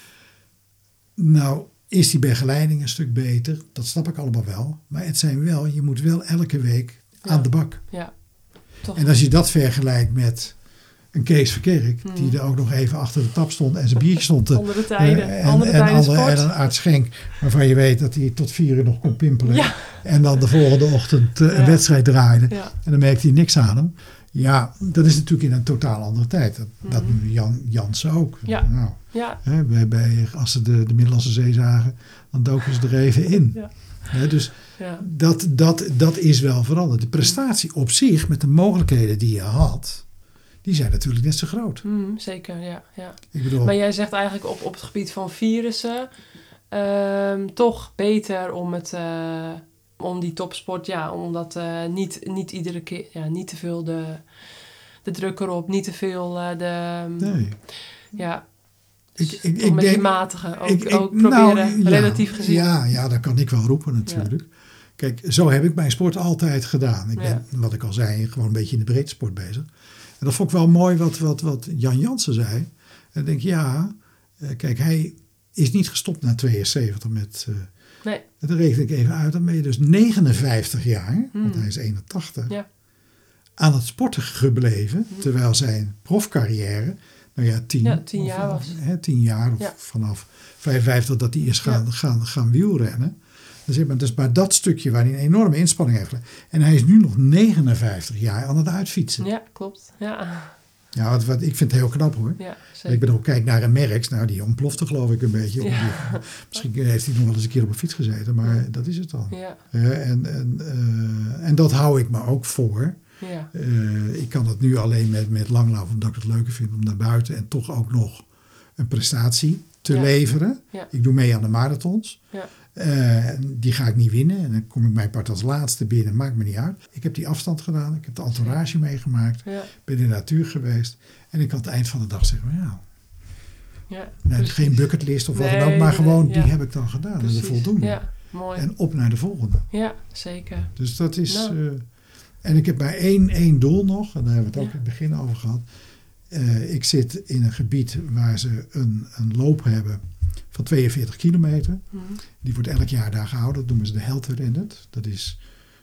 Nou, is die begeleiding een stuk beter? Dat snap ik allemaal wel. Maar het zijn wel, je moet wel elke week aan de bak. Ja, toch. En als je dat vergelijkt met een Kees Verkerk, die er ook nog even achter de tap stond en zijn biertje stond te... Onder de tijden. En een Aart Schenk, waarvan je weet dat hij tot 4 uur nog kon pimpelen. Ja. En dan de volgende ochtend een wedstrijd draaide. Ja. En dan merkte hij niks aan hem. Ja, dat is natuurlijk in een totaal andere tijd. Dat nu Jansen ook. Ja. Nou, als ze de Middellandse Zee zagen, dan doken ze er even in. Ja. Dus dat is wel veranderd. De prestatie op zich, met de mogelijkheden die je had... Die zijn natuurlijk net zo groot. Zeker, ja. Ik bedoel, maar jij zegt eigenlijk op het gebied van virussen... toch beter om die topsport... omdat niet iedere keer... niet te veel de druk erop. Niet te veel nee. Ja... Ik met die matige ook proberen, relatief gezien. Ja, dat kan ik wel roepen natuurlijk. Ja. Kijk, zo heb ik mijn sport altijd gedaan. Ik ben, wat ik al zei, gewoon een beetje in de breedte sport bezig. En dat vond ik wel mooi wat Jan Jansen zei. En dan denk ik, kijk, hij is niet gestopt na 72 met... nee. Dat reken ik even uit. Dan ben je dus 59 jaar, want hij is 81, aan het sporten gebleven. Terwijl zijn profcarrière, 10 jaar was. 10 jaar of vanaf 55 dat hij is gaan wielrennen. Dus maar dat stukje waar hij een enorme inspanning heeft. En hij is nu nog 59 jaar aan het uitfietsen. Ja, klopt. Ja, wat ik vind het heel knap hoor. Ja, ik bedoel, kijk naar een Merckx. Nou, die ontplofte geloof ik een beetje. Ja. Misschien heeft hij nog wel eens een keer op een fiets gezeten. Maar dat is het dan. Ja. En dat hou ik me ook voor. Ja. Ik kan het nu alleen met langlopen, omdat ik het leuker vind om naar buiten. En toch ook nog een prestatie te leveren. Ja. Ik doe mee aan de marathons. Ja. Die ga ik niet winnen. En dan kom ik mijn part als laatste binnen. Maakt me niet uit. Ik heb die afstand gedaan. Ik heb de entourage meegemaakt. Ja. Ben in de natuur geweest. En ik had het eind van de dag zeggen, geen bucketlist of wat dan ook. Maar gewoon, die heb ik dan gedaan. Precies. En de voldoende. Ja, mooi. En op naar de volgende. Ja, zeker. Dus dat is... En ik heb maar één doel nog, en daar hebben we het ook in het begin over gehad. Ik zit in een gebied waar ze een loop hebben van 42 kilometer. Die wordt elk jaar daar gehouden. Dat noemen ze de Helte Rennet. Dat is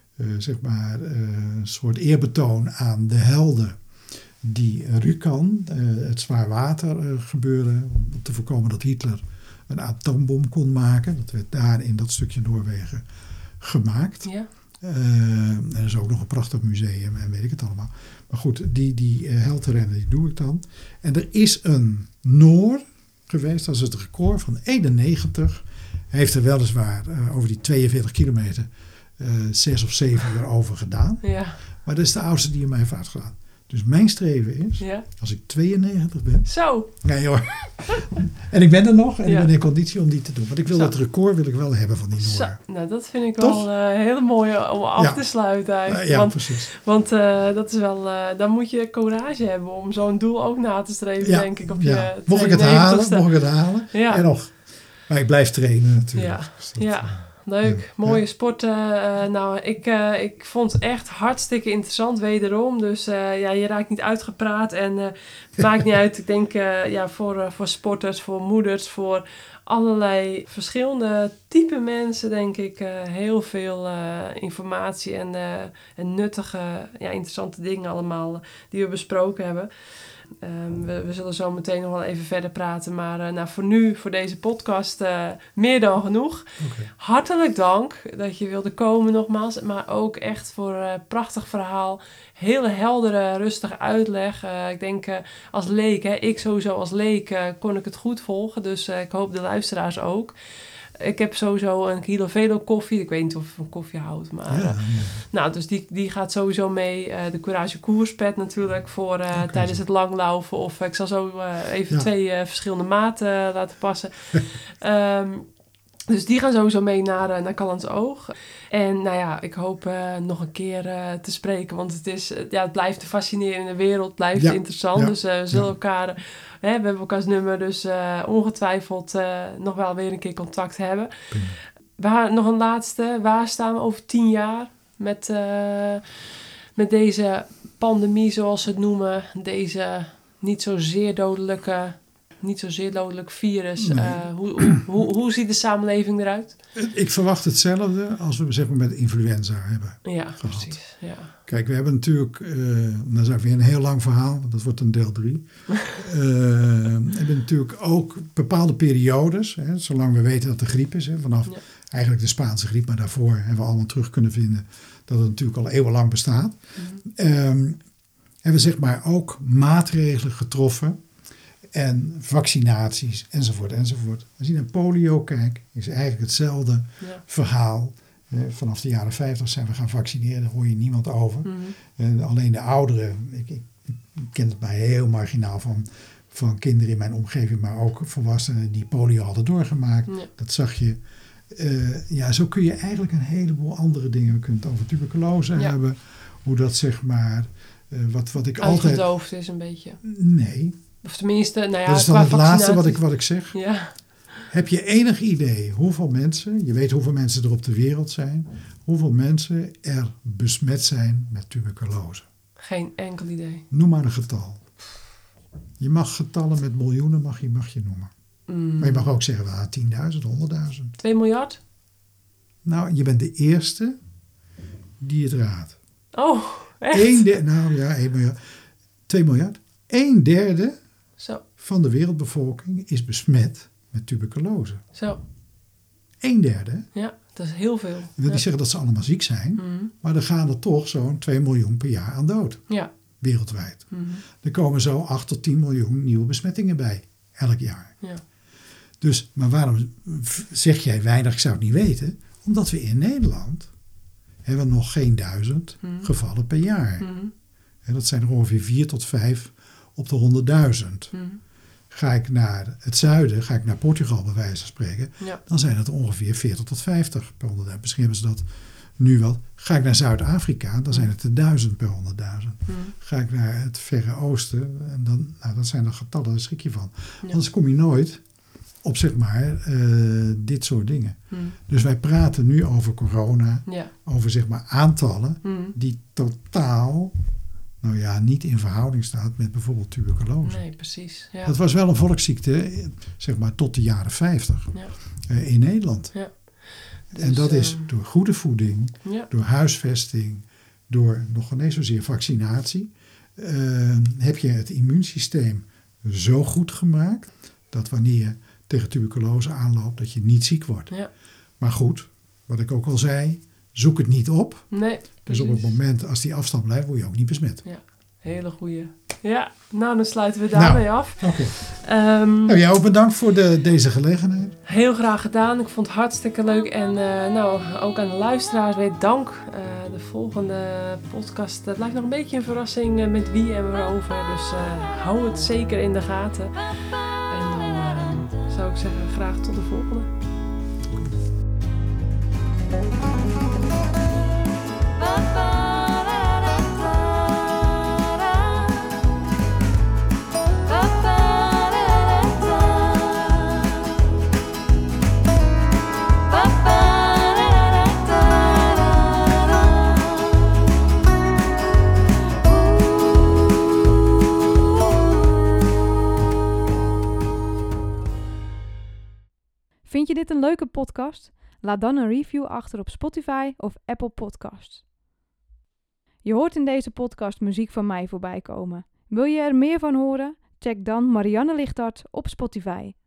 een soort eerbetoon aan de helden die Rjukan, het zwaarwater gebeuren, om te voorkomen dat Hitler een atoombom kon maken. Dat werd daar in dat stukje Noorwegen gemaakt. Ja. Er is ook nog een prachtig museum en weet ik het allemaal. Maar goed, die Helterennen, die doe ik dan. En er is een Noor geweest, dat is het record van 91. Hij heeft er weliswaar over die 42 kilometer 6 of 7 erover gedaan. Ja. Maar dat is de oudste die in mij heeft uitgedaan. Dus mijn streven is, als ik 92 ben... Zo! Nee hoor. En ik ben er nog en ik ben in conditie om die te doen. Want ik wil dat record hebben van die Noor. Nou, dat vind ik wel een hele mooie om af te sluiten eigenlijk. Precies. Want dat is wel... dan moet je courage hebben om zo'n doel ook na te streven, denk ik. Op je Mocht ik het halen. Ja. En nog. Maar ik blijf trainen natuurlijk. Ja. Leuk, mooie sporten. Ik vond het echt hartstikke interessant wederom. Dus je raakt niet uitgepraat en het maakt niet uit. Ik denk voor sporters, voor moeders, voor allerlei verschillende type mensen denk ik heel veel informatie en nuttige, interessante dingen allemaal die we besproken hebben. We zullen zo meteen nog wel even verder praten. Maar voor nu, voor deze podcast, meer dan genoeg. Okay. Hartelijk dank dat je wilde komen nogmaals. Maar ook echt voor een prachtig verhaal. Hele heldere, rustige uitleg. Ik denk als leek, ik sowieso als leek, kon ik het goed volgen. Dus ik hoop de luisteraars ook. Ik heb sowieso een kilo Velo koffie. Ik weet niet of je van koffie houdt. Maar, nou, dus die gaat sowieso mee. De Courage koerspet natuurlijk voor tijdens het langlaufen. Of ik zal zo even 2 verschillende maten laten passen. Dus die gaan sowieso mee naar Callantsoog. En ik hoop nog een keer te spreken. Want het is, het blijft een fascinerende wereld. Blijft interessant. Dus we zullen elkaar... we hebben elkaars nummer, dus ongetwijfeld nog wel weer een keer contact hebben. Nog een laatste. Waar staan we over 10 jaar met deze pandemie, zoals ze het noemen? Deze niet zozeer dodelijk virus. Nee. Hoe ziet de samenleving eruit? Ik verwacht hetzelfde als we met influenza hebben gehad. Precies. Ja. Kijk, we hebben natuurlijk, dan is ook weer een heel lang verhaal, want dat wordt een deel 3. We hebben natuurlijk ook bepaalde periodes, zolang we weten dat de griep is, vanaf eigenlijk de Spaanse griep, maar daarvoor hebben we allemaal terug kunnen vinden dat het natuurlijk al eeuwenlang bestaat. Hebben we ook maatregelen getroffen en vaccinaties enzovoort. Als je naar polio kijkt, is eigenlijk hetzelfde verhaal. Vanaf de jaren 50 zijn we gaan vaccineren, daar hoor je niemand over. Alleen de ouderen, ik ken het maar heel marginaal van kinderen in mijn omgeving, maar ook volwassenen die polio hadden doorgemaakt. Ja. Dat zag je. Zo kun je eigenlijk een heleboel andere dingen. We kunnen het over tuberculose hebben. Hoe dat wat ik altijd... Uitgedoofd is een beetje. Nee. Of tenminste, dat is dan het laatste wat ik zeg. Ja. Heb je enig idee hoeveel mensen, je weet hoeveel mensen er op de wereld zijn, hoeveel mensen er besmet zijn met tuberculose? Geen enkel idee. Noem maar een getal. Je mag getallen met miljoenen mag je noemen. Maar je mag ook zeggen, 10.000, 100.000. 2 miljard? Nou, je bent de eerste die het raadt. Oh, echt? 1 miljard. 2 miljard. 1/3 van de wereldbevolking is besmet met tuberculose. Zo. 1/3. Ja, dat is heel veel. Dat wil niet zeggen dat ze allemaal ziek zijn, maar er gaan er toch zo'n 2 miljoen per jaar aan dood. Ja. Wereldwijd. Er komen zo 8 tot 10 miljoen nieuwe besmettingen bij, elk jaar. Ja. Dus, maar waarom zeg jij weinig, ik zou het niet weten? Omdat we in Nederland hebben nog geen 1000 gevallen per jaar. En dat zijn er ongeveer 4 tot 5 op de 100.000. Ga ik naar het zuiden, ga ik naar Portugal bij wijze van spreken, dan zijn het ongeveer 40 tot 50 per 100.000. Misschien hebben ze dat nu wel. Ga ik naar Zuid-Afrika, dan zijn het er 1000 per 100.000. Ga ik naar het Verre Oosten, en dan zijn er getallen, daar schrik je van. Anders kom je nooit op zeg maar dit soort dingen. Dus wij praten nu over corona, over zeg maar aantallen die totaal niet in verhouding staat met bijvoorbeeld tuberculose. Nee, precies. Ja. Dat was wel een volksziekte, zeg maar tot de jaren 50 in Nederland. Ja. Dus, en dat is door goede voeding, door huisvesting, door nog niet zozeer vaccinatie, heb je het immuunsysteem zo goed gemaakt dat wanneer je tegen tuberculose aanloopt, dat je niet ziek wordt. Ja. Maar goed, wat ik ook al zei, zoek het niet op. Nee, dus op het moment als die afstand blijft, word je ook niet besmet. Ja, hele goeie. Ja, dan sluiten we daarmee af. Okay. Jij ook bedankt voor deze gelegenheid. Heel graag gedaan. Ik vond het hartstikke leuk. En ook aan de luisteraars weer dank. De volgende podcast blijft nog een beetje een verrassing met wie en waarover. Dus hou het zeker in de gaten. En dan zou ik zeggen, graag tot de volgende. Vind je dit een leuke podcast? Laat dan een review achter op Spotify of Apple Podcasts. Je hoort in deze podcast muziek van mij voorbij komen. Wil je er meer van horen? Check dan Marianne Lichthart op Spotify.